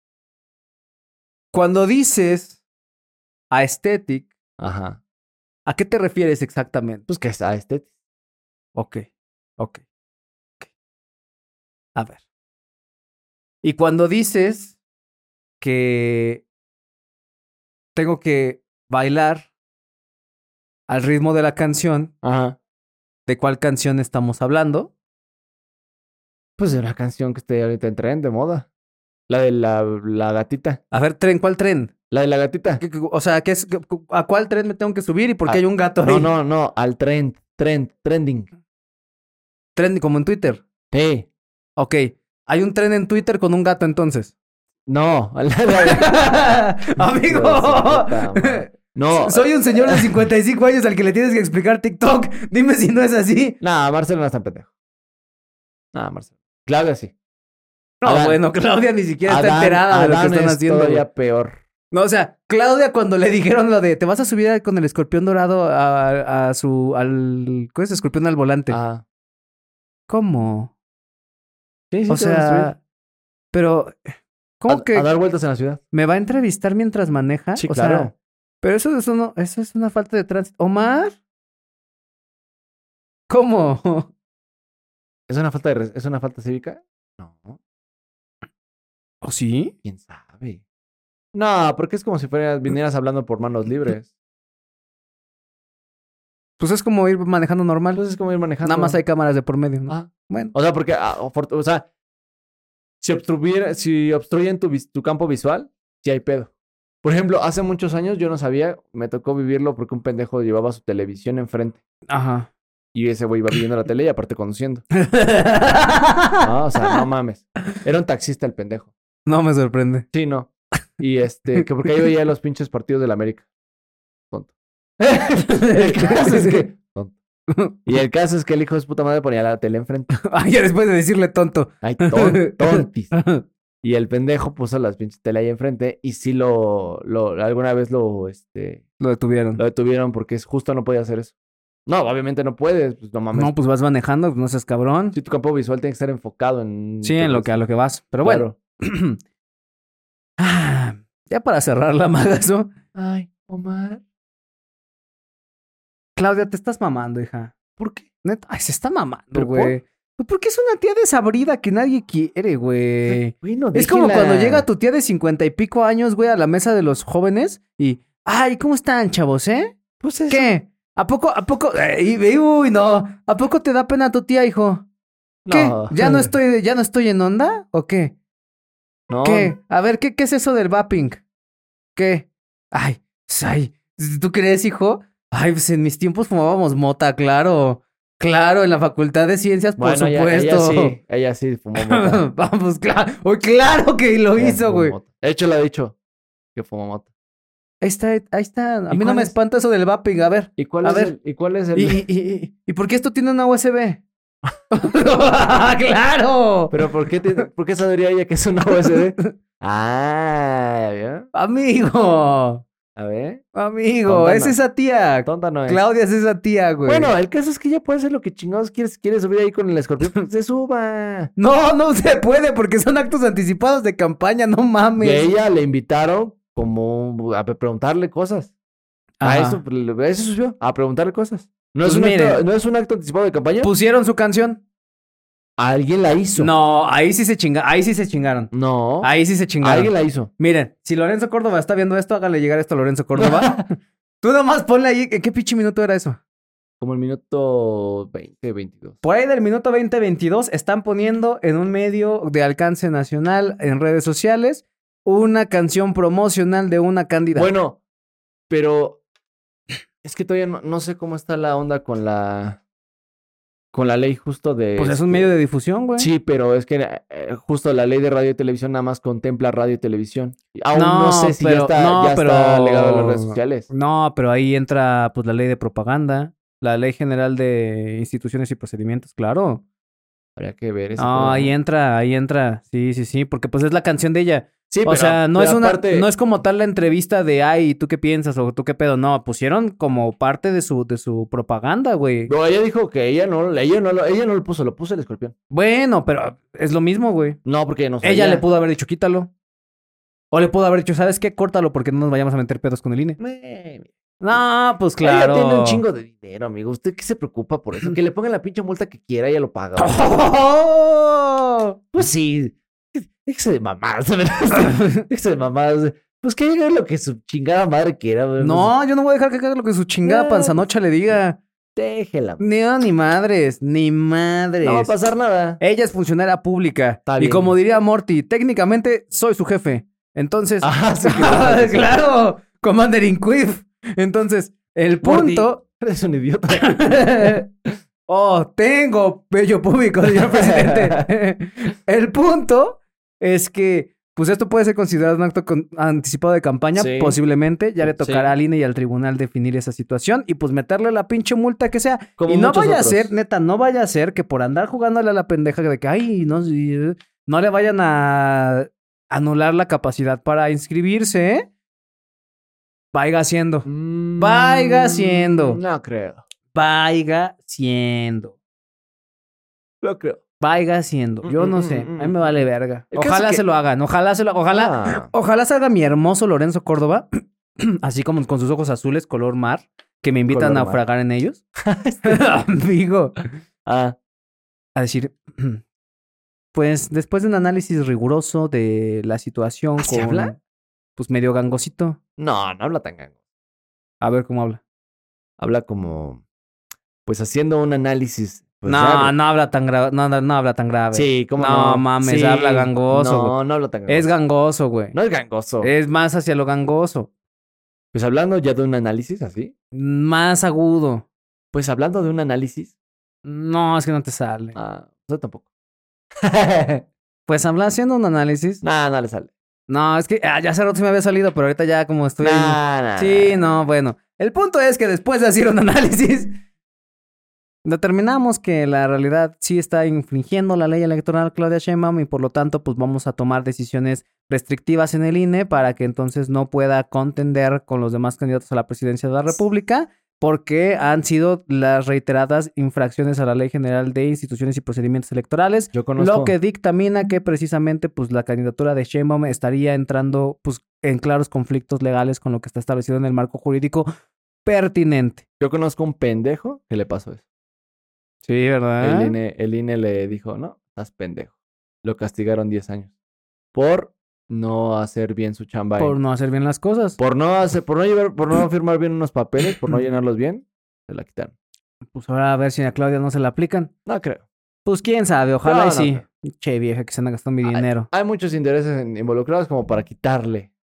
Cuando dices aesthetic, Ajá. ¿a qué te refieres exactamente? Pues que es aesthetic. Ok, ok, ok. A ver. Y cuando dices que tengo que bailar al ritmo de la canción, Ajá. ¿de cuál canción estamos hablando? Pues de una canción que esté ahorita en tren, de moda. La de la, la gatita. A ver, tren, ¿cuál tren? La de la gatita. ¿Qué- qué- O sea, ¿qué es, qué- ¿a cuál tren me tengo que subir y por qué Ah, hay un gato ahí? No, no, no. Al trend. Trend. Trending. Tren como en Twitter. Sí. Ok. Hay un tren en Twitter con un gato entonces. No. La, la- Amigo. Hijo de su puta madre. No. Soy un señor de cincuenta y cinco años al que le tienes que explicar TikTok. Dime si no es así. Nah, Marcelo no es tan pendejo. Nah, Marcelo. Claudia sí. No, Adán. bueno, Claudia ni siquiera está Adán- enterada de lo que Adán están es haciendo. güey. todavía peor. No, o sea, Claudia cuando le dijeron lo de te vas a subir con el escorpión dorado a, a su al ¿cuál es escorpión al volante? Ah. ¿Cómo? Sí, sí, O te vas a subir. sea, pero ¿cómo a, que a dar vueltas en la ciudad. me va a entrevistar mientras maneja? Sí, O claro. sea, pero eso, eso no, eso es una falta de tránsito. Omar, ¿cómo? ¿Es una falta de res- es una falta cívica? No. ¿O sí? ¿Quién sabe? No, porque es como si fueras, vinieras hablando por manos libres. Pues es como ir manejando normal. Entonces es como ir manejando. Nada más hay cámaras de por medio, ¿no? Ah. Bueno. O sea, porque, ah, o for- o sea, si, obstruir, si obstruyen tu, vis- tu campo visual, sí hay pedo. Por ejemplo, hace muchos años yo no sabía, me tocó vivirlo porque un pendejo llevaba su televisión enfrente. Ajá. Y ese güey iba viendo la tele y aparte conduciendo. No, o sea, no mames. Era un taxista el pendejo. No me sorprende. Sí, no. Y este, que porque ahí veía los pinches partidos del América. Tonto. El caso es que. Tonto. Y el caso es que el hijo de su puta madre ponía la tele enfrente. Ay, ya después de decirle tonto. Ay, ton- tontis. Y el pendejo puso las pinches tele ahí enfrente y sí lo, lo alguna vez lo, este, Lo detuvieron. lo detuvieron porque es justo no podía hacer eso. No, obviamente no puedes, pues no mames. No, pues vas manejando, no seas cabrón. Si tu campo visual tiene que estar enfocado en... Sí, en lo que a lo que vas. Pero bueno. Claro. Ah, ya para cerrar la magazo. Ay, Omar. Claudia, te estás mamando, hija. ¿Por qué? Neta, ay, se está mamando, ¿Pero por? güey. Pues porque es una tía desabrida que nadie quiere, güey. Bueno, Es como déjela. cuando llega tu tía de cincuenta y pico años, güey, a la mesa de los jóvenes y... Ay, ¿cómo están, chavos, eh? Pues eso. ¿Qué? ¿A poco, a poco? eh, y- uy, no. ¿A poco te da pena tu tía, hijo? ¿Qué? No. ¿Ya no estoy, ya no estoy en onda? ¿O qué? No. ¿Qué? A ver, ¿qué, qué es eso del vaping? ¿Qué? Ay, ay, ¿tú crees, hijo? Ay, pues en mis tiempos fumábamos mota, claro. Claro, en la Facultad de Ciencias, por Bueno, ella, supuesto. ella sí, ella sí fumó mota. Vamos, claro. Oh, claro que lo Ella hizo, fumó güey. mota. De hecho, le ha dicho que fumó mota. Ahí está, ahí está. A ¿Y mí no cuál me es? espanta eso del vaping. A ver. ¿Y cuál A es ver. el, ¿y cuál es el? ¿Y, y, y, ¿y por qué esto tiene una U S B? ¡Claro! ¿Pero por qué, tiene- por qué sabría ella que es una U S B? Ah, ¿ya? Amigo. A ver. Amigo. Tonta Es no. esa tía. Tonta no es. Claudia es esa tía, güey. Bueno, el caso es que ella puede hacer lo que chingados quiere. Si quiere subir ahí con el escorpión, pues se suba. No, no se puede porque son actos anticipados de campaña, no Y mames. a ella le invitaron como a preguntarle cosas. A Ajá. eso, a eso subió, a preguntarle cosas. ¿No, Pues es un miren. acto, ¿No es un acto anticipado de campaña? Pusieron su canción. Alguien la hizo. No, ahí sí se chinga, ahí sí se chingaron. No. Ahí sí se chingaron. Alguien la hizo. Miren, si Lorenzo Córdoba está viendo esto, háganle llegar esto a Lorenzo Córdoba. Tú nomás ponle ahí, ¿en qué pinche minuto era eso? Como el minuto veinte, veintidós. Por ahí del minuto veinte veintidós están poniendo en un medio de alcance nacional en redes sociales una canción promocional de una candidata. Bueno, pero es que todavía no, no sé cómo está la onda con la con la ley justo de pues es este- un medio de difusión, güey. Sí, pero es que eh, justo la ley de radio y televisión nada más contempla radio y televisión. Aún no, sé si ya pero- está, no, ya pero- está legado a las redes sociales. No, pero ahí entra pues la ley de propaganda, la ley general de instituciones y procedimientos, claro. Habría que ver eso. No, ahí entra, ahí entra. Sí, sí, sí, porque pues es la canción de ella. Sí, O sea, no pero es una, aparte- no es como tal la entrevista de ay, ¿tú qué piensas? O tú qué pedo. No, pusieron como parte de su, de su propaganda, güey. No, ella dijo que ella no, ella no, lo- ella no lo puso, lo puso el escorpión. Bueno, pero es lo mismo, güey. No, porque ella no sabía. Ella le pudo haber dicho, quítalo. O le pudo haber dicho, ¿sabes qué? Córtalo porque no nos vayamos a meter pedos con el I N E. Eh, No, pues Ella claro. tiene un chingo de dinero, amigo. ¿Usted qué se preocupa por eso? Que le pongan la pinche multa que quiera, ella lo paga. Pues sí. Déjese de mamadas, ¿verdad? Déjese de mamadas. Pues que haga lo que su chingada madre quiera. ¿verdad? No, yo no voy a dejar que haga lo que su chingada No. panzanocha le diga. Déjela. No, ni madres, ni madres. No va a pasar nada. Ella es funcionaria pública. Está y bien. como diría Morty, técnicamente soy su jefe. Entonces. Ajá, sí, claro. claro. Commander in Chief. Entonces, el Morty, punto. Eres un idiota. Oh, tengo bello público, señor presidente. El punto es que, pues esto puede ser considerado un acto con- anticipado de campaña, Sí. posiblemente. Ya le tocará Sí. al I N E y al tribunal definir esa situación y pues meterle la pinche multa que sea. Como y no muchos vaya otros. a ser, neta, no vaya a ser que por andar jugándole a la pendeja de que, ay, no, sí, eh", no le vayan a anular la capacidad para inscribirse, ¿eh? Vaya siendo. Mm, Vaya siendo. No creo. Vaya siendo. No creo. Vaya siendo. Yo no sé. A mí me vale verga. El caso Ojalá es que- se lo hagan. Ojalá se lo... Ojalá... Ah. Ojalá salga mi hermoso Lorenzo Córdoba. Así como con sus ojos azules, color mar. Que me invitan Color a mar. naufragar en ellos. Amigo. Ah, A decir... Pues después de un análisis riguroso de la situación ¿Así con... habla? Pues medio gangosito. no, no habla tan gango. A ver cómo habla. Habla como, pues haciendo un análisis. Pues, no, ya- no habla tan grave. No, no, no habla tan grave. Sí, ¿cómo No, no? mames, Sí. habla gangoso, No, güey. no habla tan gangoso. Es gangoso, güey. No es gangoso. Es más hacia lo gangoso. Pues hablando ya de un análisis así. Más agudo. Pues hablando de un análisis. No, es que no te sale. Ah, yo tampoco. Pues habla haciendo un análisis. Nah, no le sale. No, es que ah, ya hace rato se me había salido, pero ahorita ya como estoy... Nah, nah, Sí, nah. no, bueno. El punto es que después de hacer un análisis, determinamos que la realidad sí está infringiendo la ley electoral Claudia Sheinbaum y por lo tanto pues vamos a tomar decisiones restrictivas en el I N E para que entonces no pueda contender con los demás candidatos a la presidencia de la República porque han sido las reiteradas infracciones a la Ley General de Instituciones y Procedimientos Electorales, Yo conozco. lo que dictamina que precisamente pues la candidatura de Sheinbaum estaría entrando pues en claros conflictos legales con lo que está establecido en el marco jurídico pertinente. Yo conozco un pendejo que le pasó eso. Sí, ¿verdad? El, I N E, el I N E le dijo, no, estás pendejo. Lo castigaron diez años. Por no hacer bien su chamba. Por en- no hacer bien las cosas. por no hacer, por no llevar, por no firmar bien unos papeles, por no llenarlos bien, se la quitaron. Pues ahora a ver si a Claudia no se la aplican. No creo. Pues quién sabe, ojalá No, y no sí. creo. Che, vieja, que se anda gastando mi Ay, dinero. Hay muchos intereses en- involucrados como para quitarle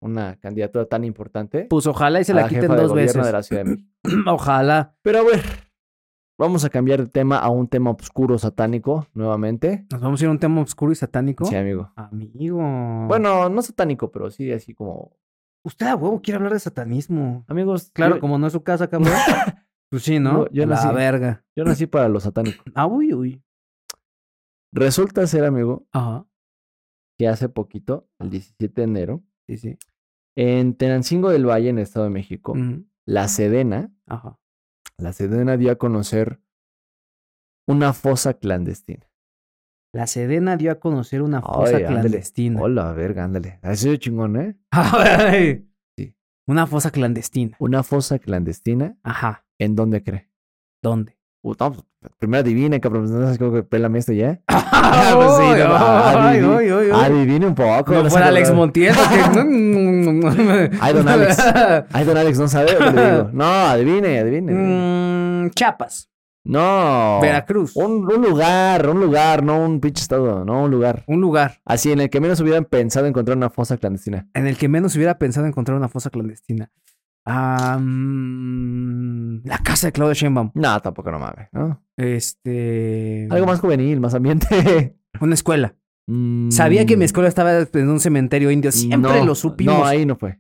una candidatura tan importante. Pues ojalá y se a la la quiten jefa de dos gobierno veces. de la Ciudad de México. Ojalá. Pero a ver, vamos a cambiar de tema a un tema oscuro, satánico, nuevamente. Nos vamos a ir a un tema oscuro y satánico. Sí, amigo. Amigo. Bueno, no satánico, pero sí así como... Usted a huevo quiere hablar de satanismo. Amigos, Claro, yo, como no es su casa, cabrón. Pues sí, ¿no? Yo- yo A la nací- verga. yo nací para lo satánico. Ah, uy, uy. Resulta ser, amigo, Ajá. que hace poquito, el diecisiete de enero, Sí, sí. en Tenancingo del Valle, en el Estado de México, Ujú. la Sedena, Ajá. la Sedena dio a conocer una fosa clandestina. La Sedena dio a conocer una fosa Ay, ándale. clandestina. Hola, verga, ándale. Ha sido chingón, ¿eh? Ay. Sí. Una fosa clandestina. Una fosa clandestina, Ajá. ¿en dónde cree? ¿Dónde? Puta, pues, primero adivine, cabrón. No sé cómo que pélame esto ya. Ah, pues sí, no, ay, adivine, ay, ay, ay. adivine un poco. No no fuera sé, Alex cabrón. Montiel. que- Ay, don Alex. Ay, don Alex, ¿no sabe? ¿O qué le digo? No, adivine, adivine. adivine. Mm, Chiapas. No. Veracruz. Un, un lugar, un lugar, no un pinche estado, no un lugar. Un lugar Así, en el que menos hubieran pensado encontrar una fosa clandestina. en el que menos hubiera pensado encontrar una fosa clandestina. Ah, mm, la casa de Claudia Sheinbaum. No, tampoco no mames, ¿no? Este... Algo más juvenil, más ambiente. Una escuela. Mm, Sabía que mi escuela estaba en un cementerio indio. Siempre no, lo supimos. No, ahí no fue.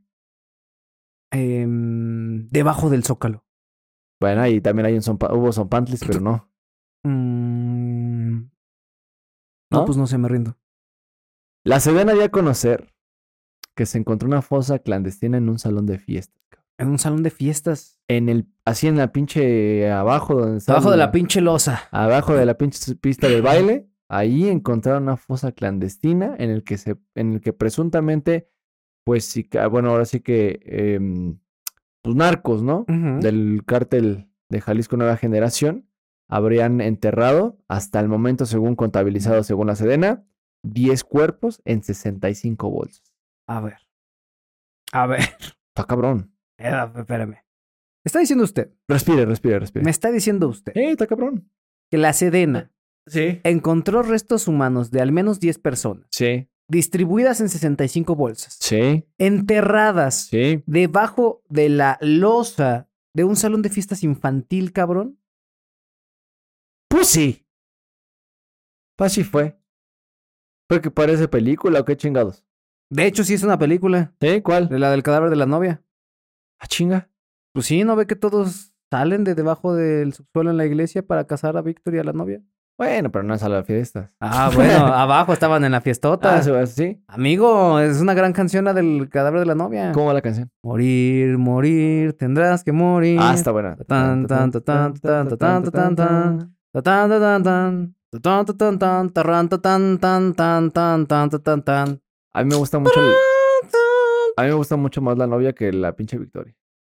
Em, debajo del Zócalo. Bueno, ahí también hay un zompa- hubo zompantlis, pero no. Mm, no, ¿No? pues no sé, me rindo. La Sedena dio a conocer que se encontró una fosa clandestina en un salón de fiestas. cabrón. En un salón de fiestas. En el, así en la pinche abajo donde está Debajo el- de la pinche losa. abajo de la pinche pista del baile, ahí encontraron una fosa clandestina en el que se, en el que presuntamente, pues sí, ca- bueno, ahora sí que, em, pues narcos, ¿no? Ujú. Del cártel de Jalisco Nueva Generación habrían enterrado hasta el momento, según contabilizado según la Sedena, diez cuerpos en sesenta y cinco bolsas. A ver. A ver. Está cabrón. Eh, Espérame. Está diciendo usted. Respire, respire, respire. Me está diciendo usted Eh, está cabrón. que la Sedena Sí. encontró restos humanos de al menos diez personas, Sí. distribuidas en sesenta y cinco bolsas, Sí. enterradas Sí. debajo de la losa de un salón de fiestas infantil, cabrón. Pues sí. Pues sí fue. ¿Pero que parece película o qué chingados? De hecho, sí es una película. ¿Sí? ¿Cuál? De la del cadáver de la novia. Ah, chinga. Pues sí, ¿no ve que todos salen de debajo del subsuelo en la iglesia para casar a Víctor y a la novia? Bueno, pero no es a las fiestas. Ah, bueno, abajo estaban en la fiestota. Ah, sí, sí. Amigo, es una gran canción la del cadáver de la novia. ¿Cómo va la canción? Morir, morir, tendrás que morir. Ah, está buena. Tan, tan, tan, tan, tan, tan, tan, tan, tan. Ta tan, ta tan, tan. Ta tan, ta tan, tan, tarran, ta tan, tan, tan, tan, tan, ta tan, tan. A mí me gusta mucho el- A mí me gusta mucho más la novia que la pinche Victoria.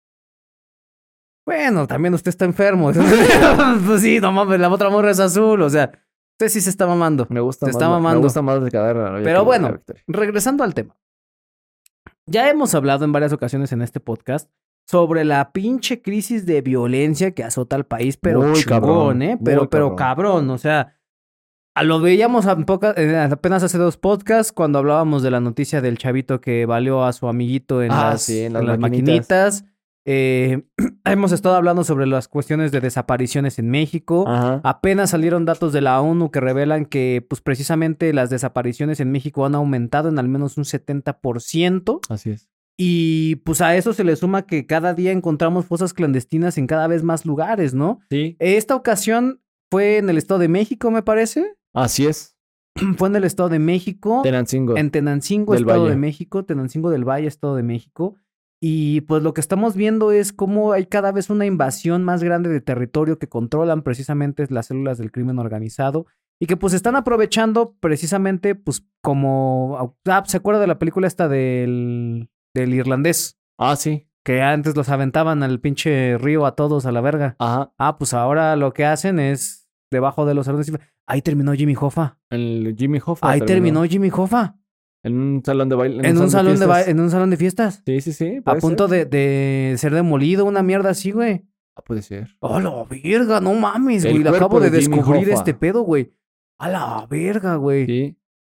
Bueno, también usted está enfermo. Pues sí, no mames, la otra morra es azul. O sea, usted sí se está mamando. Me gusta Se más está la- mamando. Me gusta más el cadáver de la novia Pero que bueno. la Victoria. Regresando al tema. Ya hemos hablado en varias ocasiones en este podcast sobre la pinche crisis de violencia que azota al país, pero Muy chingón, cabrón, ¿eh? muy Pero, pero cabrón. cabrón, o sea, a lo veíamos a poca- eh, apenas hace dos podcasts cuando hablábamos de la noticia del chavito que valió a su amiguito en, Ah, las, sí, en en las las maquinitas. maquinitas. Eh, hemos estado hablando sobre las cuestiones de desapariciones en México. Ajá. Apenas salieron datos de la ONU que revelan que, pues, precisamente las desapariciones en México han aumentado en al menos un setenta por ciento. Así es. Y, pues, a eso se le suma que cada día encontramos fosas clandestinas en cada vez más lugares, ¿no? Sí. Esta ocasión fue en el Estado de México, me parece. Así es. Fue en el Estado de México. Tenancingo. En Tenancingo, Del Estado Valle. de México. Tenancingo del Valle, Estado de México. Y pues lo que estamos viendo es cómo hay cada vez una invasión más grande de territorio que controlan precisamente las células del crimen organizado y que pues están aprovechando precisamente pues como... Ah, ¿se acuerda de la película esta del, del irlandés? Ah, sí. Que antes los aventaban al pinche río a todos a la verga. Ajá. Ah, pues ahora lo que hacen es debajo de los salones. Ahí terminó Jimmy Hoffa. El Jimmy Hoffa. Ahí terminó Jimmy Hoffa. En un salón de baile. En un salón de fiestas. ba- en un salón de fiestas. Sí, sí, sí. A puede punto ser. de, de ser demolido, una mierda así, güey. Ah, puede ser. A la verga, no mames, El güey. Le cuerpo acabo de, de Jimmy descubrir Hoffa. este pedo, güey. A la verga, güey. Sí.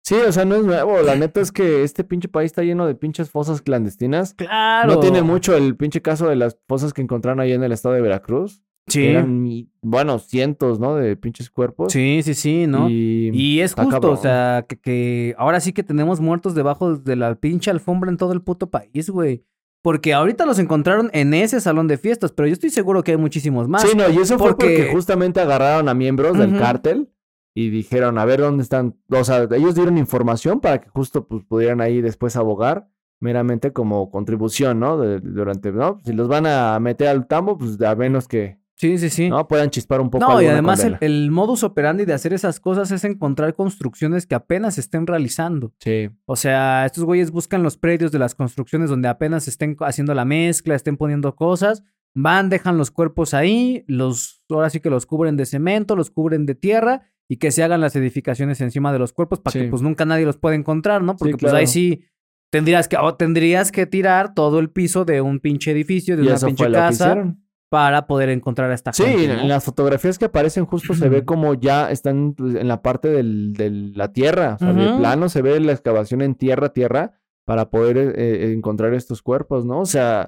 Sí, o sea, no es nuevo. La neta es que este pinche país está lleno de pinches fosas clandestinas. Claro. No tiene mucho el pinche caso de las fosas que encontraron ahí en el estado de Veracruz. Sí. Que eran, mi- bueno, cientos, ¿no? De pinches cuerpos. Sí, sí, sí, ¿no? Y, Y es está justo, cabrón. o sea, que, que ahora sí que tenemos muertos debajo de la pinche alfombra en todo el puto país, güey. Porque ahorita los encontraron en ese salón de fiestas, pero yo estoy seguro que hay muchísimos más. Sí, no, y eso fue porque- porque justamente agarraron a miembros del Ujú. cártel y dijeron, a ver dónde están. O sea, ellos dieron información para que justo pues, pudieran ahí después abogar meramente como contribución, ¿no? De- durante, ¿no? Si los van a meter al tambo, pues a menos que Sí, sí, sí. no puedan chispar un poco No, y alguna además el, condena. el modus operandi de hacer esas cosas es encontrar construcciones que apenas se estén realizando. Sí. O sea, estos güeyes buscan los predios de las construcciones donde apenas estén haciendo la mezcla, estén poniendo cosas, van, dejan los cuerpos ahí, los, ahora sí que los cubren de cemento, los cubren de tierra y que se hagan las edificaciones encima de los cuerpos para Sí. que pues nunca nadie los pueda encontrar, ¿no? Porque Sí, pues ahí claro. sí tendrías que, o tendrías que tirar todo el piso de un pinche edificio, de Y una eso pinche fue lo que casa hicieron. para poder encontrar a esta Sí, gente, en ¿no? en las fotografías que aparecen justo se ve como ya están pues, en la parte del, de la tierra. O sea, de Ujú. plano se ve la excavación en tierra, tierra, para poder eh, eh, encontrar estos cuerpos, ¿no? O sea,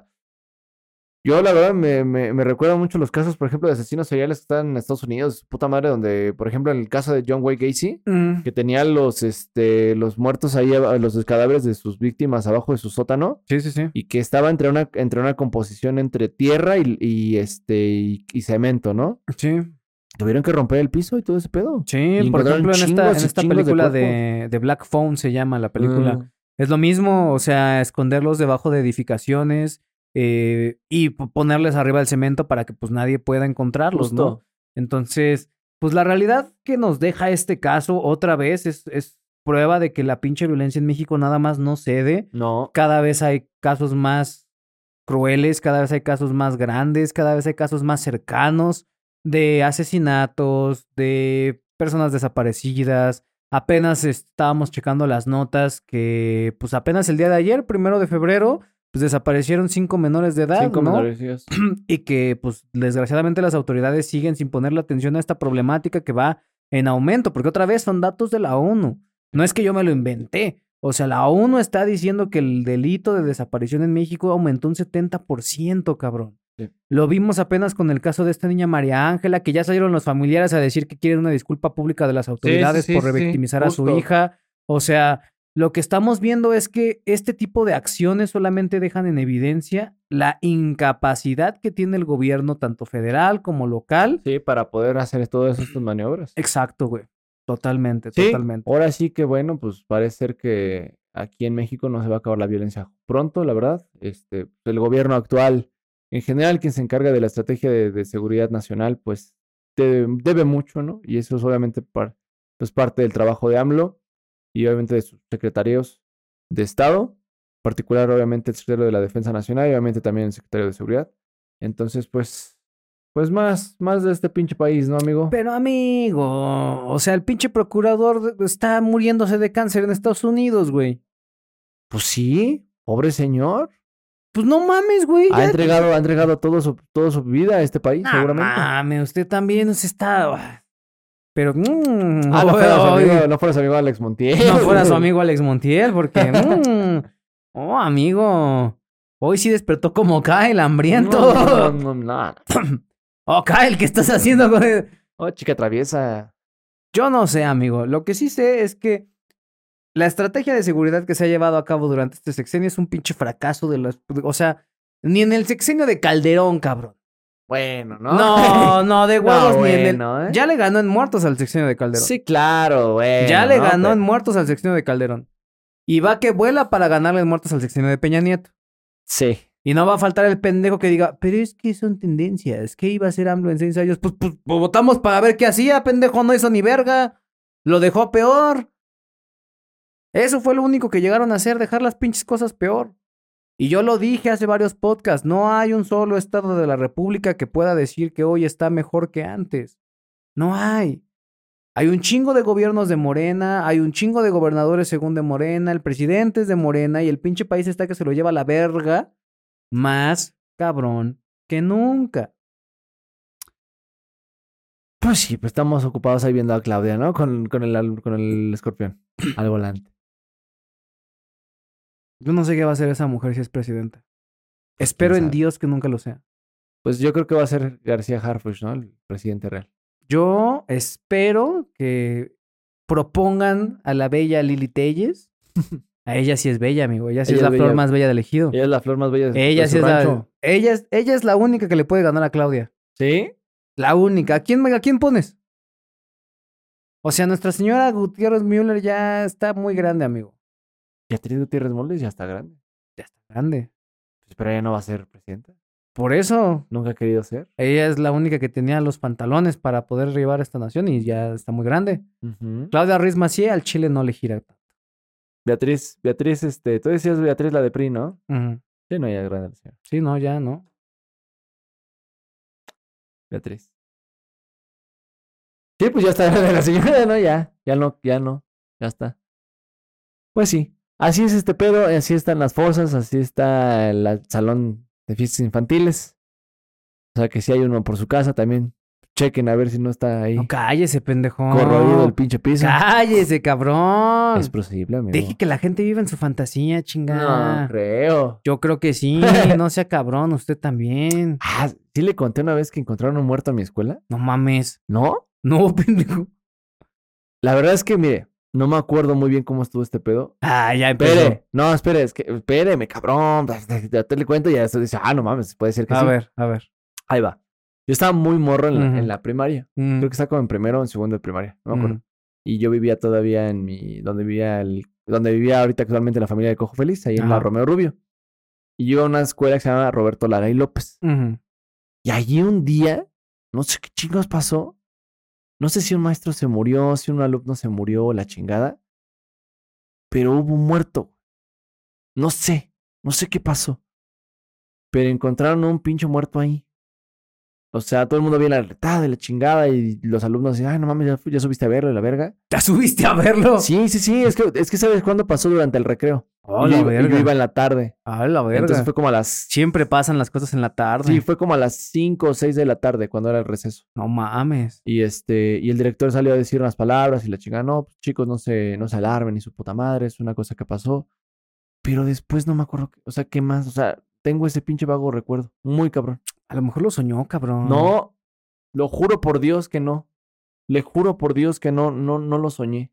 yo la verdad me, me, me recuerda mucho los casos, por ejemplo, de asesinos seriales que están en Estados Unidos, puta madre, donde, por ejemplo, en el caso de John Wayne Gacy, Mm. que tenía los, este, los muertos ahí, aba- los cadáveres de sus víctimas abajo de su sótano, Sí, sí, sí. y que estaba entre una, entre una composición entre tierra y, y, este, y, y cemento, ¿no? Sí. Tuvieron que romper el piso y todo ese pedo. Sí, Y por encontraron ejemplo, en esta, chingos en y esta chingos de película cuerpos. de, de Black Phone se llama la película. Mm. Es lo mismo, o sea, esconderlos debajo de edificaciones eh, y p- ponerles arriba el cemento para que pues nadie pueda encontrarlos, ¿no? Justo. Entonces, pues la realidad que nos deja este caso otra vez es, es prueba de que la pinche violencia en México nada más no cede. No. Cada vez hay casos más crueles, cada vez hay casos más grandes, cada vez hay casos más cercanos de asesinatos, de personas desaparecidas. Apenas estábamos checando las notas que, pues apenas el día de ayer, primero de febrero, pues desaparecieron cinco menores de edad, Cinco ¿no? menores, sí es. Y que, pues, desgraciadamente las autoridades siguen sin ponerle atención a esta problemática que va en aumento, porque otra vez son datos de la ONU. No es que yo me lo inventé. O sea, la ONU está diciendo que el delito de desaparición en México aumentó un setenta por ciento, cabrón. Sí. Lo vimos apenas con el caso de esta niña María Ángela, que ya salieron los familiares a decir que quieren una disculpa pública de las autoridades sí, por sí, revictimizar a su justo. hija. O sea, lo que estamos viendo es que este tipo de acciones solamente dejan en evidencia la incapacidad que tiene el gobierno, tanto federal como local. Sí, para poder hacer todas estas maniobras. Exacto, güey. Totalmente, Sí, totalmente. ahora sí que bueno, pues parece ser que aquí en México no se va a acabar la violencia pronto, la verdad. Este, el gobierno actual, en general, quien se encarga de la estrategia de, de seguridad nacional, pues de- debe mucho, ¿no? Y eso es obviamente par- pues parte del trabajo de AMLO y obviamente de sus secretarios de Estado, en particular obviamente el secretario de la Defensa Nacional y obviamente también el secretario de Seguridad. Entonces, pues, pues más, más de este pinche país, ¿no, amigo? Pero amigo, o sea, el pinche procurador está muriéndose de cáncer en Estados Unidos, güey. Pues sí, pobre señor. Pues no mames, güey. Ha ya- entregado, ha entregado todo su, toda su vida a este país, No seguramente. mames, usted también se está... Pero... mm, Ah, no fuera, su ay, amigo, no fuera su amigo Alex Montiel. no fuera su amigo Alex Montiel, porque... mm, oh, amigo. Hoy sí despertó como Kyle, hambriento. No, no, no, no. Oh, Kyle, ¿qué estás haciendo con el... Oh, chica traviesa. Yo no sé, amigo. Lo que sí sé es que la estrategia de seguridad que se ha llevado a cabo durante este sexenio es un pinche fracaso de las... O sea, ni en el sexenio de Calderón, cabrón. Bueno, ¿no? No, no, de huevos No, ni en el... bueno, ¿eh? Ya le ganó en muertos al sexenio de Calderón. Sí, claro, güey. ya le ganó en muertos al sexenio de Calderón. Y va que vuela para ganarle en muertos al sexenio de Peña Nieto. Sí. Y no va a faltar el pendejo que diga, pero es que son tendencias. ¿Qué iba a hacer AMLO en seis años? Pues, pues, pues votamos para ver qué hacía, pendejo. No hizo ni verga. Lo dejó peor. Eso fue lo único que llegaron a hacer, dejar las pinches cosas peor. Y yo lo dije hace varios podcasts, no hay un solo estado de la República que pueda decir que hoy está mejor que antes. No hay. Hay un chingo de gobiernos de Morena, hay un chingo de gobernadores según de Morena, el presidente es de Morena y el pinche país está que se lo lleva a la verga más cabrón que nunca. Pues sí, pues estamos ocupados ahí viendo a Claudia, ¿no? Con, con, el, con el escorpión al volante. Yo no sé qué va a hacer esa mujer si es presidenta. Espero en sabe? Dios que nunca lo sea. Pues yo creo que va a ser García Harfuch, ¿no? El presidente real. Yo espero que propongan a la bella Lili Telles. A ella sí es bella, amigo. Ella sí Ella es la es flor bella. más bella del ejido. Ella es la flor más bella de, Ella de sí su es la, rancho. ella, es, ella es la única que le puede ganar a Claudia. ¿Sí? La única. ¿A quién, a quién pones? O sea, Nuestra Señora Gutiérrez Müller ya está muy grande, amigo. Beatriz Gutiérrez Moldes ya está grande. Ya está grande. Pues, pero ella no va a ser presidenta. Por eso, Nunca ha querido ser. ella es la única que tenía los pantalones para poder llevar esta nación y ya está muy grande. Ujú. Claudia Ruiz Massieu al Chile no le gira tanto. Beatriz, Beatriz, este, tú decías Beatriz la de P R I, ¿no? Ujú. Sí, no, ya es grande la señora. Sí, no, ya no. Beatriz. Sí, pues ya está grande la señora, ¿no? Ya, ya no, ya no, ya está. Pues sí, así es este pedo, así están las fosas, así está el la- salón de fiestas infantiles. O sea que si hay uno por su casa también, chequen a ver si no está ahí No, cállese, pendejo. corroído el pinche piso. Cállese, cabrón. Es posible, amigo. Deje que la gente viva en su fantasía, chingada. No creo. Yo creo que sí. No sea cabrón, usted también. Ah, sí le conté una vez que encontraron un muerto en mi escuela. No mames. ¿No? No, pendejo. La verdad es que, mire, no me acuerdo muy bien cómo estuvo este pedo. Ah, ya empezó. Espere, no, espere, es que, espéreme, cabrón. Ya te le cuento y ya después dice, ah, no mames, puede ser que A sí. ver, a ver. Ahí va. Yo estaba muy morro en la, Ujú. en la primaria. Mm, Creo que estaba como en primero o en segundo de primaria, no me acuerdo. mm. Y yo vivía todavía en mi, donde vivía el, donde vivía ahorita actualmente la familia de Cojo Feliz, ahí en la Ajá. Romeo Rubio. Y yo iba a una escuela que se llama Roberto Lara y López. Ujú. Y allí un día, no sé qué chingos pasó. No sé si un maestro se murió, si un alumno se murió, la chingada. Pero hubo un muerto. No sé, no sé qué pasó. Pero encontraron un pinche muerto ahí. O sea, todo el mundo bien alertado de la chingada y los alumnos decían, ay, no mames, ya, fu- ya subiste a verlo y la verga. ¿Ya subiste a verlo? Sí, sí, sí, es que, es que ¿sabes cuándo pasó? Durante el recreo. Oh, y, la yo, iba- y yo verga. iba en la tarde. Ah, la verga. Entonces fue como a las... Siempre pasan las cosas en la tarde. Sí, fue como a las cinco o seis de la tarde cuando era el receso. No mames. Y este, y el director salió a decir unas palabras y la chingada, no, pues, chicos, no se, no se alarmen ni su puta madre, es una cosa que pasó. Pero después no me acuerdo, qué- o sea, ¿qué más? O sea, tengo ese pinche vago recuerdo, muy cabrón. A lo mejor lo soñó, cabrón. No, lo juro por Dios que no. Le juro por Dios que no, no, no lo soñé.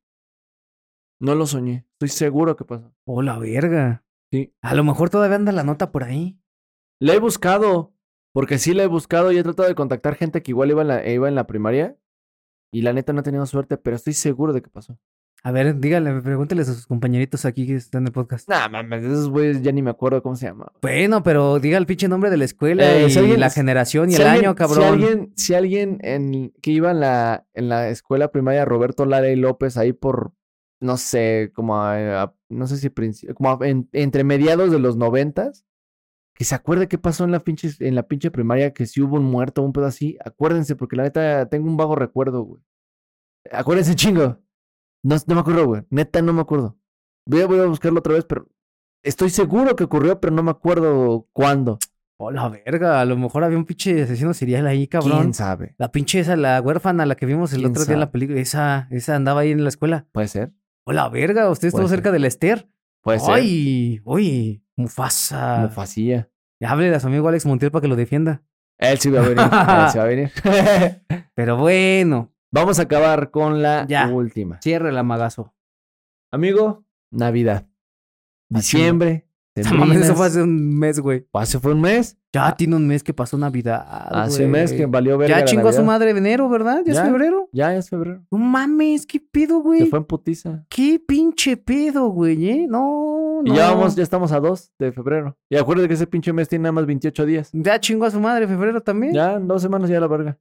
No lo soñé. Estoy seguro que pasó. Oh, la verga. Sí. A lo mejor todavía anda la nota por ahí. La he buscado, porque sí la he buscado y he tratado de contactar gente que igual iba en la, iba en la primaria. Y la neta no he tenido suerte, pero estoy seguro de que pasó. A ver, dígale, pregúnteles a sus compañeritos aquí que están en el podcast. Nah, mames, de esos güeyes ya ni me acuerdo cómo se llama. Bueno, pero diga el pinche nombre de la escuela Eh, y si alguien- la generación y Si el alguien- año, cabrón. Si alguien, si alguien en, que iba en la, en la escuela primaria Roberto Lara y López, ahí por, no sé, como a- a- no sé si princi- como a- en- entre mediados de los noventas, que se acuerde qué pasó en la pinche, en la pinche primaria, que si hubo un muerto, un pedo así, acuérdense, porque la neta tengo un vago recuerdo, güey. Acuérdense, chingo. No, no me acuerdo, güey. Neta, no me acuerdo. Voy a, voy a buscarlo otra vez, pero estoy seguro que ocurrió, pero no me acuerdo cuándo. Oh, la verga. A lo mejor había un pinche asesino serial ahí, cabrón. ¿Quién sabe? La pinche esa, la huérfana, la que vimos el ¿Quién otro día en la sabe? película. Esa, esa andaba ahí en la escuela. Puede ser. Oh, la verga. Usted estuvo Puede ser. cerca del Esther. Puede ser. Ay, uy, Mufasa. Mufasilla. Háblele a su amigo Alex Montiel para que lo defienda. Él sí va a venir. Él sí va a venir. Pero bueno, Vamos a acabar con la Ya. última. cierre la magazo. Amigo, Navidad. Diciembre. No mames, eso fue sembrinas. hace un mes, güey. ¿Hace fue un mes? Ya tiene un mes que pasó Navidad. Hace un güey. mes que valió verga Ya la chingó a su Navidad. madre de enero, ¿verdad? ¿Ya, Ya. es febrero? Ya, ya es febrero. No mames, qué pedo, Se güey. fue en putiza. Qué pinche pedo, güey, ¿eh? No, no. Y ya vamos, ya estamos a dos de febrero. Y acuérdate que ese pinche mes tiene nada más veintiocho días. Ya chingó a su madre febrero también. Ya, en dos semanas ya la verga.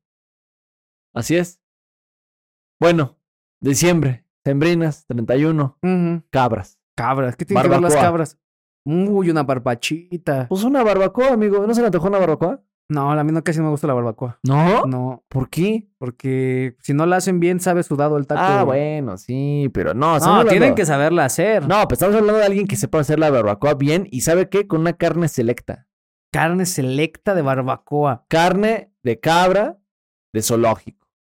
Así es. Bueno, diciembre, sembrinas, treinta y uno, Ujú. cabras. Cabras, ¿qué tienen que ver las Barbacoa. cabras? Uy, una barbachita. Pues una barbacoa, amigo. ¿No se le antojó una barbacoa? No, a mí no casi no me gusta la barbacoa. ¿No? No, ¿Por qué? porque si no la hacen bien, sabe sudado el taco. Ah, güey. bueno, sí, pero no. No, estamos hablando- tienen que saberla hacer. No, pues estamos hablando de alguien que sepa hacer la barbacoa bien y ¿sabe qué? Con una carne selecta. Carne selecta de barbacoa. Carne de cabra de zoológico.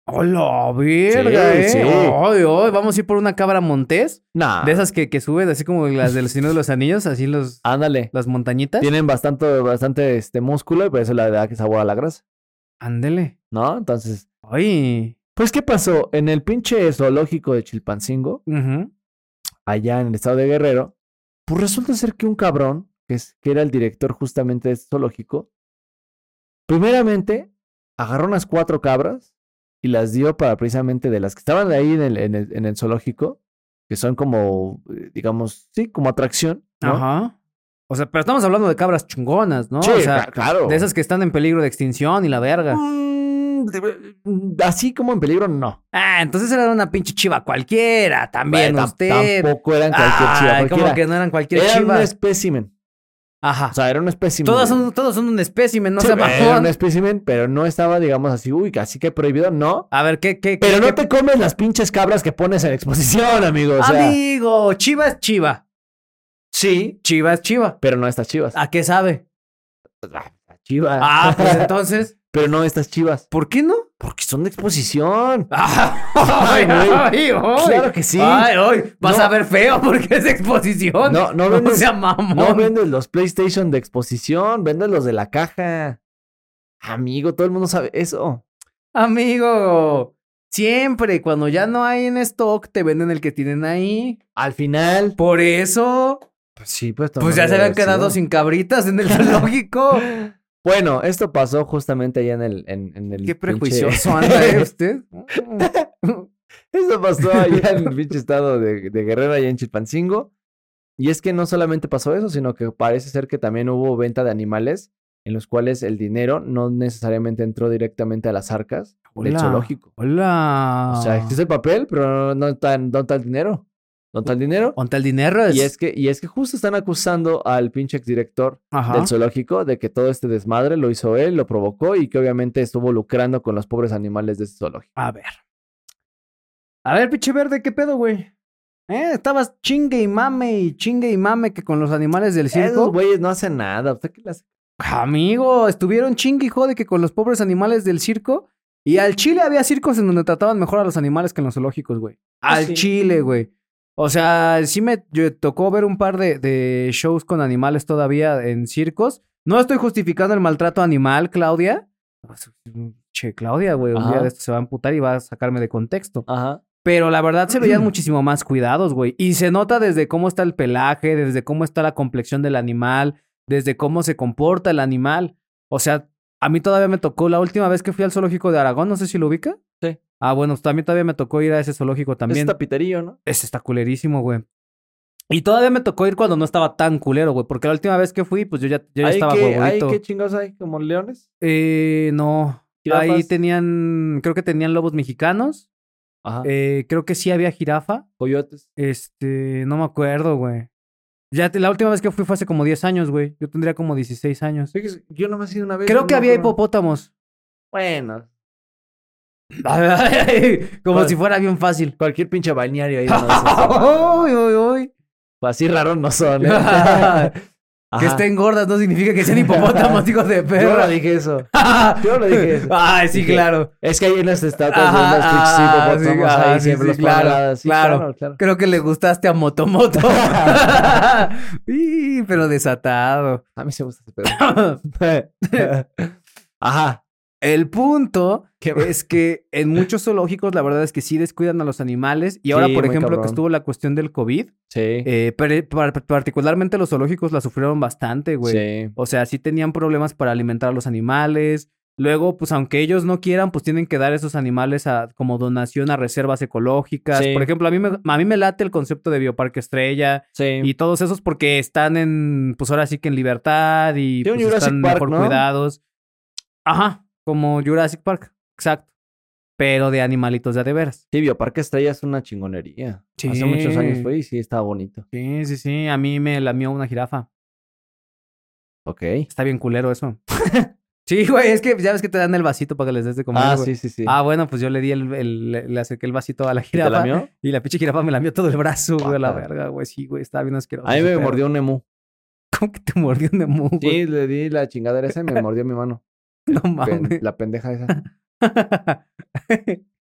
¡Hola, verga, Sí, eh! sí. Ay, ay, vamos a ir por una cabra montés. Nah. De esas que, que suben, así como las del Señor de los Anillos, así los, Ándale. las montañitas. Tienen bastante, bastante este, músculo y por eso le da que sabor a la grasa, Ándele. ¿no? Entonces, Ay. pues, ¿qué pasó? En el pinche zoológico de Chilpancingo, Ujú. allá en el estado de Guerrero, pues resulta ser que un cabrón, que, es, que era el director justamente de este zoológico, primeramente agarró unas cuatro cabras y las dio para precisamente de las que estaban ahí en el, en el, en el zoológico, que son como, eh, digamos, sí, como atracción, ¿no? Ajá. O sea, pero estamos hablando de cabras chungonas, ¿no? Sí, o sea, cla- claro. de esas que están en peligro de extinción y la verga. Mm, de- así como en peligro, no. Ah, entonces era una pinche chiva cualquiera. También Bueno, tam- usted. Tampoco eran cualquier chiva Ay, cualquiera. como que no eran cualquier Era chiva. un espécimen. Ajá. O sea, era un espécimen. todos, son, todos son un espécimen, no Sí, se era mamón. un espécimen, pero no estaba, digamos así, uy, casi que prohibido, no. A ver, ¿qué, qué, Pero qué- no qué- te comes las pinches cabras que pones en exposición, amigo. O sea, Amigo, chiva es chiva. sí, Chiva es chiva. pero no estas chivas. ¿A qué sabe? Ah, chivas. Ah, pues entonces, Pero no estas chivas. ¿por qué no? Porque son de exposición. Ay, güey. ay, ay. Claro que sí. Ay, ay, vas No. a ver feo porque es exposición. No, no no vendes- sea mamón. No vendes los PlayStation de exposición, vendes los de la caja. Amigo, todo el mundo sabe eso. Amigo, siempre cuando ya no hay en stock te venden el que tienen ahí. Al final. Por eso, Pues sí, pues. pues ya se habían quedado sin cabritas en el zoológico. Bueno, esto pasó justamente allá en el. En, en el Qué pinche- prejuicioso anda, ¿eh, usted? Esto pasó allá en el pinche estado de, de Guerrero, allá en Chilpancingo. Y es que no solamente pasó eso, sino que parece ser que también hubo venta de animales en los cuales el dinero no necesariamente entró directamente a las arcas del Hola. zoológico. Hola. O sea, existe el papel, pero no está, no está el dinero. No está el dinero. ¿Onta el dinero? Y es que, y es que justo están acusando al pinche exdirector Ajá. del zoológico de que todo este desmadre lo hizo él, lo provocó y que obviamente estuvo lucrando con los pobres animales de este zoológico. A ver. A ver, pinche verde, ¿qué pedo, güey? ¿Eh? Estabas chingue y mame y chingue y mame que con los animales del Esos circo. güeyes no hacen nada. ¿Usted qué le hace? Amigo, estuvieron chingue y jode que con los pobres animales del circo. Y al Chile había circos en donde trataban mejor a los animales que en los zoológicos, güey. Ah, Al sí. Chile, güey. O sea, sí me yo- tocó ver un par de, de shows con animales todavía en circos. No estoy justificando el maltrato animal, Claudia. Che, Claudia, güey, un Ajá. día de esto se va a amputar y va a sacarme de contexto. Ajá. Pero la verdad se veían muchísimo más cuidados, güey. Y se nota desde cómo está el pelaje, desde cómo está la complexión del animal, desde cómo se comporta el animal. O sea, a mí todavía me tocó la última vez que fui al zoológico de Aragón, no sé si lo ubica. Sí. Ah, bueno, pues también todavía me tocó ir a ese zoológico también. Es tapiterillo, ¿no? Ese está culerísimo, güey. Y todavía me tocó ir cuando no estaba tan culero, güey. Porque la última vez que fui, pues yo ya, yo ya ¿Ahí estaba qué, ahí huevudito. qué chingados hay? ¿Como leones? Eh, no. Ahí ¿Jirafas? tenían, creo que tenían lobos mexicanos. Ajá. Eh, creo que sí había jirafa. Coyotes. Este, no me acuerdo, güey. Ya te- la última vez que fui fue hace como diez años, güey. Yo tendría como dieciséis años. Fíjese, yo nomás he ido una vez. Creo no que me había acuerdo. hipopótamos. Bueno, Como ¿Cuál? si fuera bien fácil. cualquier pinche balneario ahí. donde se- Uy, uy, uy. Así raros no son, ¿eh? Que Ajá. estén gordas no significa que sean hipopótamos, hijos de Yo no perra. dije eso. Yo no dije eso. Ay, sí, Dije, claro. Es que ahí en las estatuas Ajá, de los pinches ah, hipopótamos sí, ahí ah, sí, siempre sí, los claro, ponen así, claro. claro, claro. Creo que le gustaste a Motomoto. Y, pero desatado. A mí se me gusta ese pedo. Ajá. El punto ¿Qué? es que en muchos zoológicos la verdad es que sí descuidan a los animales. Y ahora, Sí, por muy ejemplo, que cabrón. estuvo la cuestión del COVID, Sí. eh, per- par- particularmente los zoológicos la sufrieron bastante, güey. Sí. O sea, sí tenían problemas para alimentar a los animales. Luego, pues aunque ellos no quieran, pues tienen que dar esos animales a, como donación a reservas ecológicas. Sí. Por ejemplo, a mí, me, a mí me late el concepto de Bioparque Estrella Sí. y todos esos porque están en, pues ahora sí que en libertad y Sí, un pues, Jurassic están Park, mejor ¿no? cuidados. Ajá, como Jurassic Park, exacto. Pero de animalitos de a de veras. Sí, Bioparque Estrella es una chingonería. Sí. Hace muchos años fue y sí estaba bonito. Sí, sí, sí. A mí me lamió una jirafa. Ok. Está bien culero eso. Sí, güey, es que ya ves que te dan el vasito para que les des de comer, Ah, güey. sí, sí, sí. Ah, bueno, pues yo le di el, el- le le acerqué el vasito a la ¿Y te jirafa. lamió? Y la pinche jirafa me lamió todo el brazo, güey, a la Guácala. verga, güey. Sí, güey, estaba bien asqueroso. A mí ese me pedo. mordió un emu. ¿Cómo que te mordió un emu, güey? Sí, le di la chingadera esa y me mordió mi mano. No Pen- mames. la pendeja esa.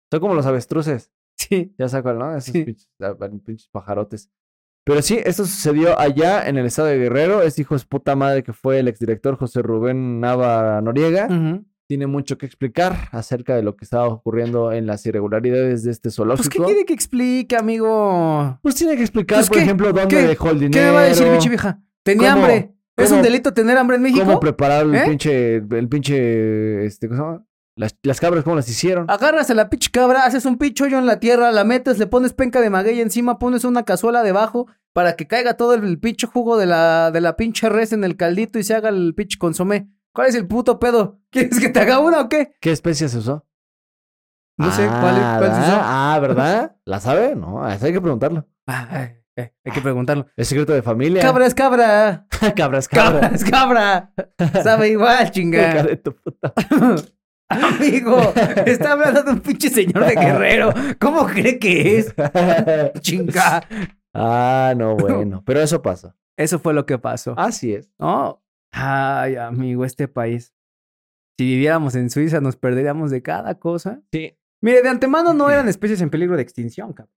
Son como los avestruces. Sí. Ya sabes cuál, ¿no? Esos Sí. pinches, ah, pinches pajarotes. Pero sí, esto sucedió allá en el estado de Guerrero. Este hijo de su puta madre que fue el exdirector José Rubén Nava Noriega. Ujú. Tiene mucho que explicar acerca de lo que estaba ocurriendo en las irregularidades de este Pues, zoológico. ¿qué quiere que explique, amigo? Pues tiene que explicar, Pues, por ¿qué? ejemplo, dónde ¿Qué? dejó el dinero. ¿Qué me va a decir, bichi vieja? Tenía ¿Cómo? hambre. ¿Es ¿Cómo? un delito tener hambre en México? ¿Cómo preparar el ¿Eh? pinche, el pinche, este, ¿cómo se llama? Las, las cabras, ¿cómo las hicieron? Agarras a la pinche cabra, haces un pinche hoyo en la tierra, la metes, le pones penca de maguey encima, pones una cazuela debajo para que caiga todo el, el pinche jugo de la, de la pinche res en el caldito y se haga el pinche consomé. ¿Cuál es el puto pedo? ¿Quieres que te haga una o qué? ¿Qué especie se usó? No sé, ¿cuál, Ah, cuál se usó? ¿verdad? Ah, ¿verdad? ¿La sabe? No, eso hay que preguntarlo. Ah, eh, eh, hay que preguntarlo. Es secreto de familia. Cabra es cabra. cabras, Cabra cabra. es cabra. Sabe igual, Hija chinga. de tu puta. Amigo, está hablando de un pinche señor de Guerrero. ¿Cómo cree que es? Chinga. Ah, no, bueno. Pero eso pasó. Eso fue lo que pasó. Así es. No. Ay, amigo, este país. Si viviéramos en Suiza, nos perderíamos de cada cosa. Sí. Mire, de antemano no eran especies en peligro de extinción, cabrón.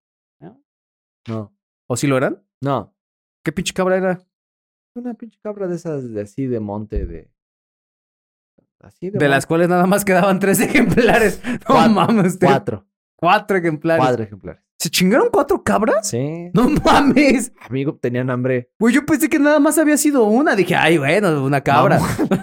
No. ¿O sí lo eran? No. ¿Qué pinche cabra era? Una pinche cabra de esas de así de monte de. Así de, De las monte. cuales nada más quedaban tres ejemplares. No Cuatro. mames, usted. Cuatro. Cuatro ejemplares. Cuatro ejemplares. ¿Se chingaron cuatro cabras? Sí. No mames. Amigo, tenían hambre. Güey, yo pensé que nada más había sido una. Dije, ay, bueno, una cabra.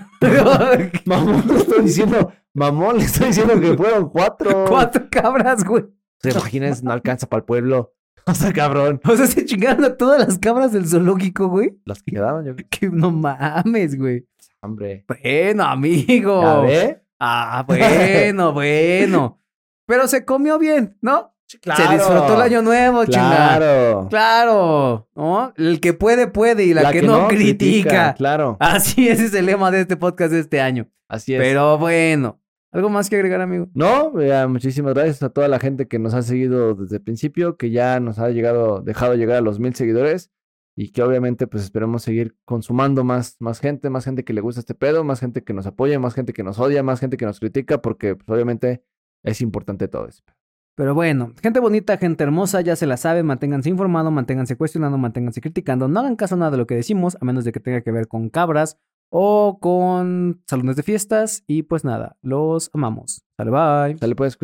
Mamón, le estoy diciendo. Mamón, le estoy diciendo que fueron cuatro. Cuatro cabras, güey. ¿Se imaginan? No alcanza para el pueblo. O sea, cabrón. O sea, se chingaron a todas las cabras del zoológico, güey. Las que quedaban, yo creo. Que no mames, güey. Hambre. Bueno, amigo. ¿Ya ve? Ah, bueno, bueno. Pero se comió bien, ¿no? Claro. Se disfrutó el año nuevo, chingada. Claro. Claro, ¿no? El que puede, puede y la, que, no, critica. Claro. Así ese es el lema de este podcast de este año. Así es. Pero bueno, ¿algo más que agregar, amigo? No, ya, muchísimas gracias a toda la gente que nos ha seguido desde el principio, que ya nos ha llegado, dejado llegar a los mil seguidores y que obviamente pues esperemos seguir consumando más, más gente, más gente que le gusta este pedo, más gente que nos apoya, más gente que nos odia, más gente que nos critica, porque pues, obviamente es importante todo eso. Pero bueno, gente bonita, gente hermosa, ya se la sabe, manténganse informados, manténganse cuestionando, manténganse criticando, no hagan caso a nada de lo que decimos, a menos de que tenga que ver con cabras o con salones de fiestas y pues nada, los amamos. Sale, bye. Sale pues,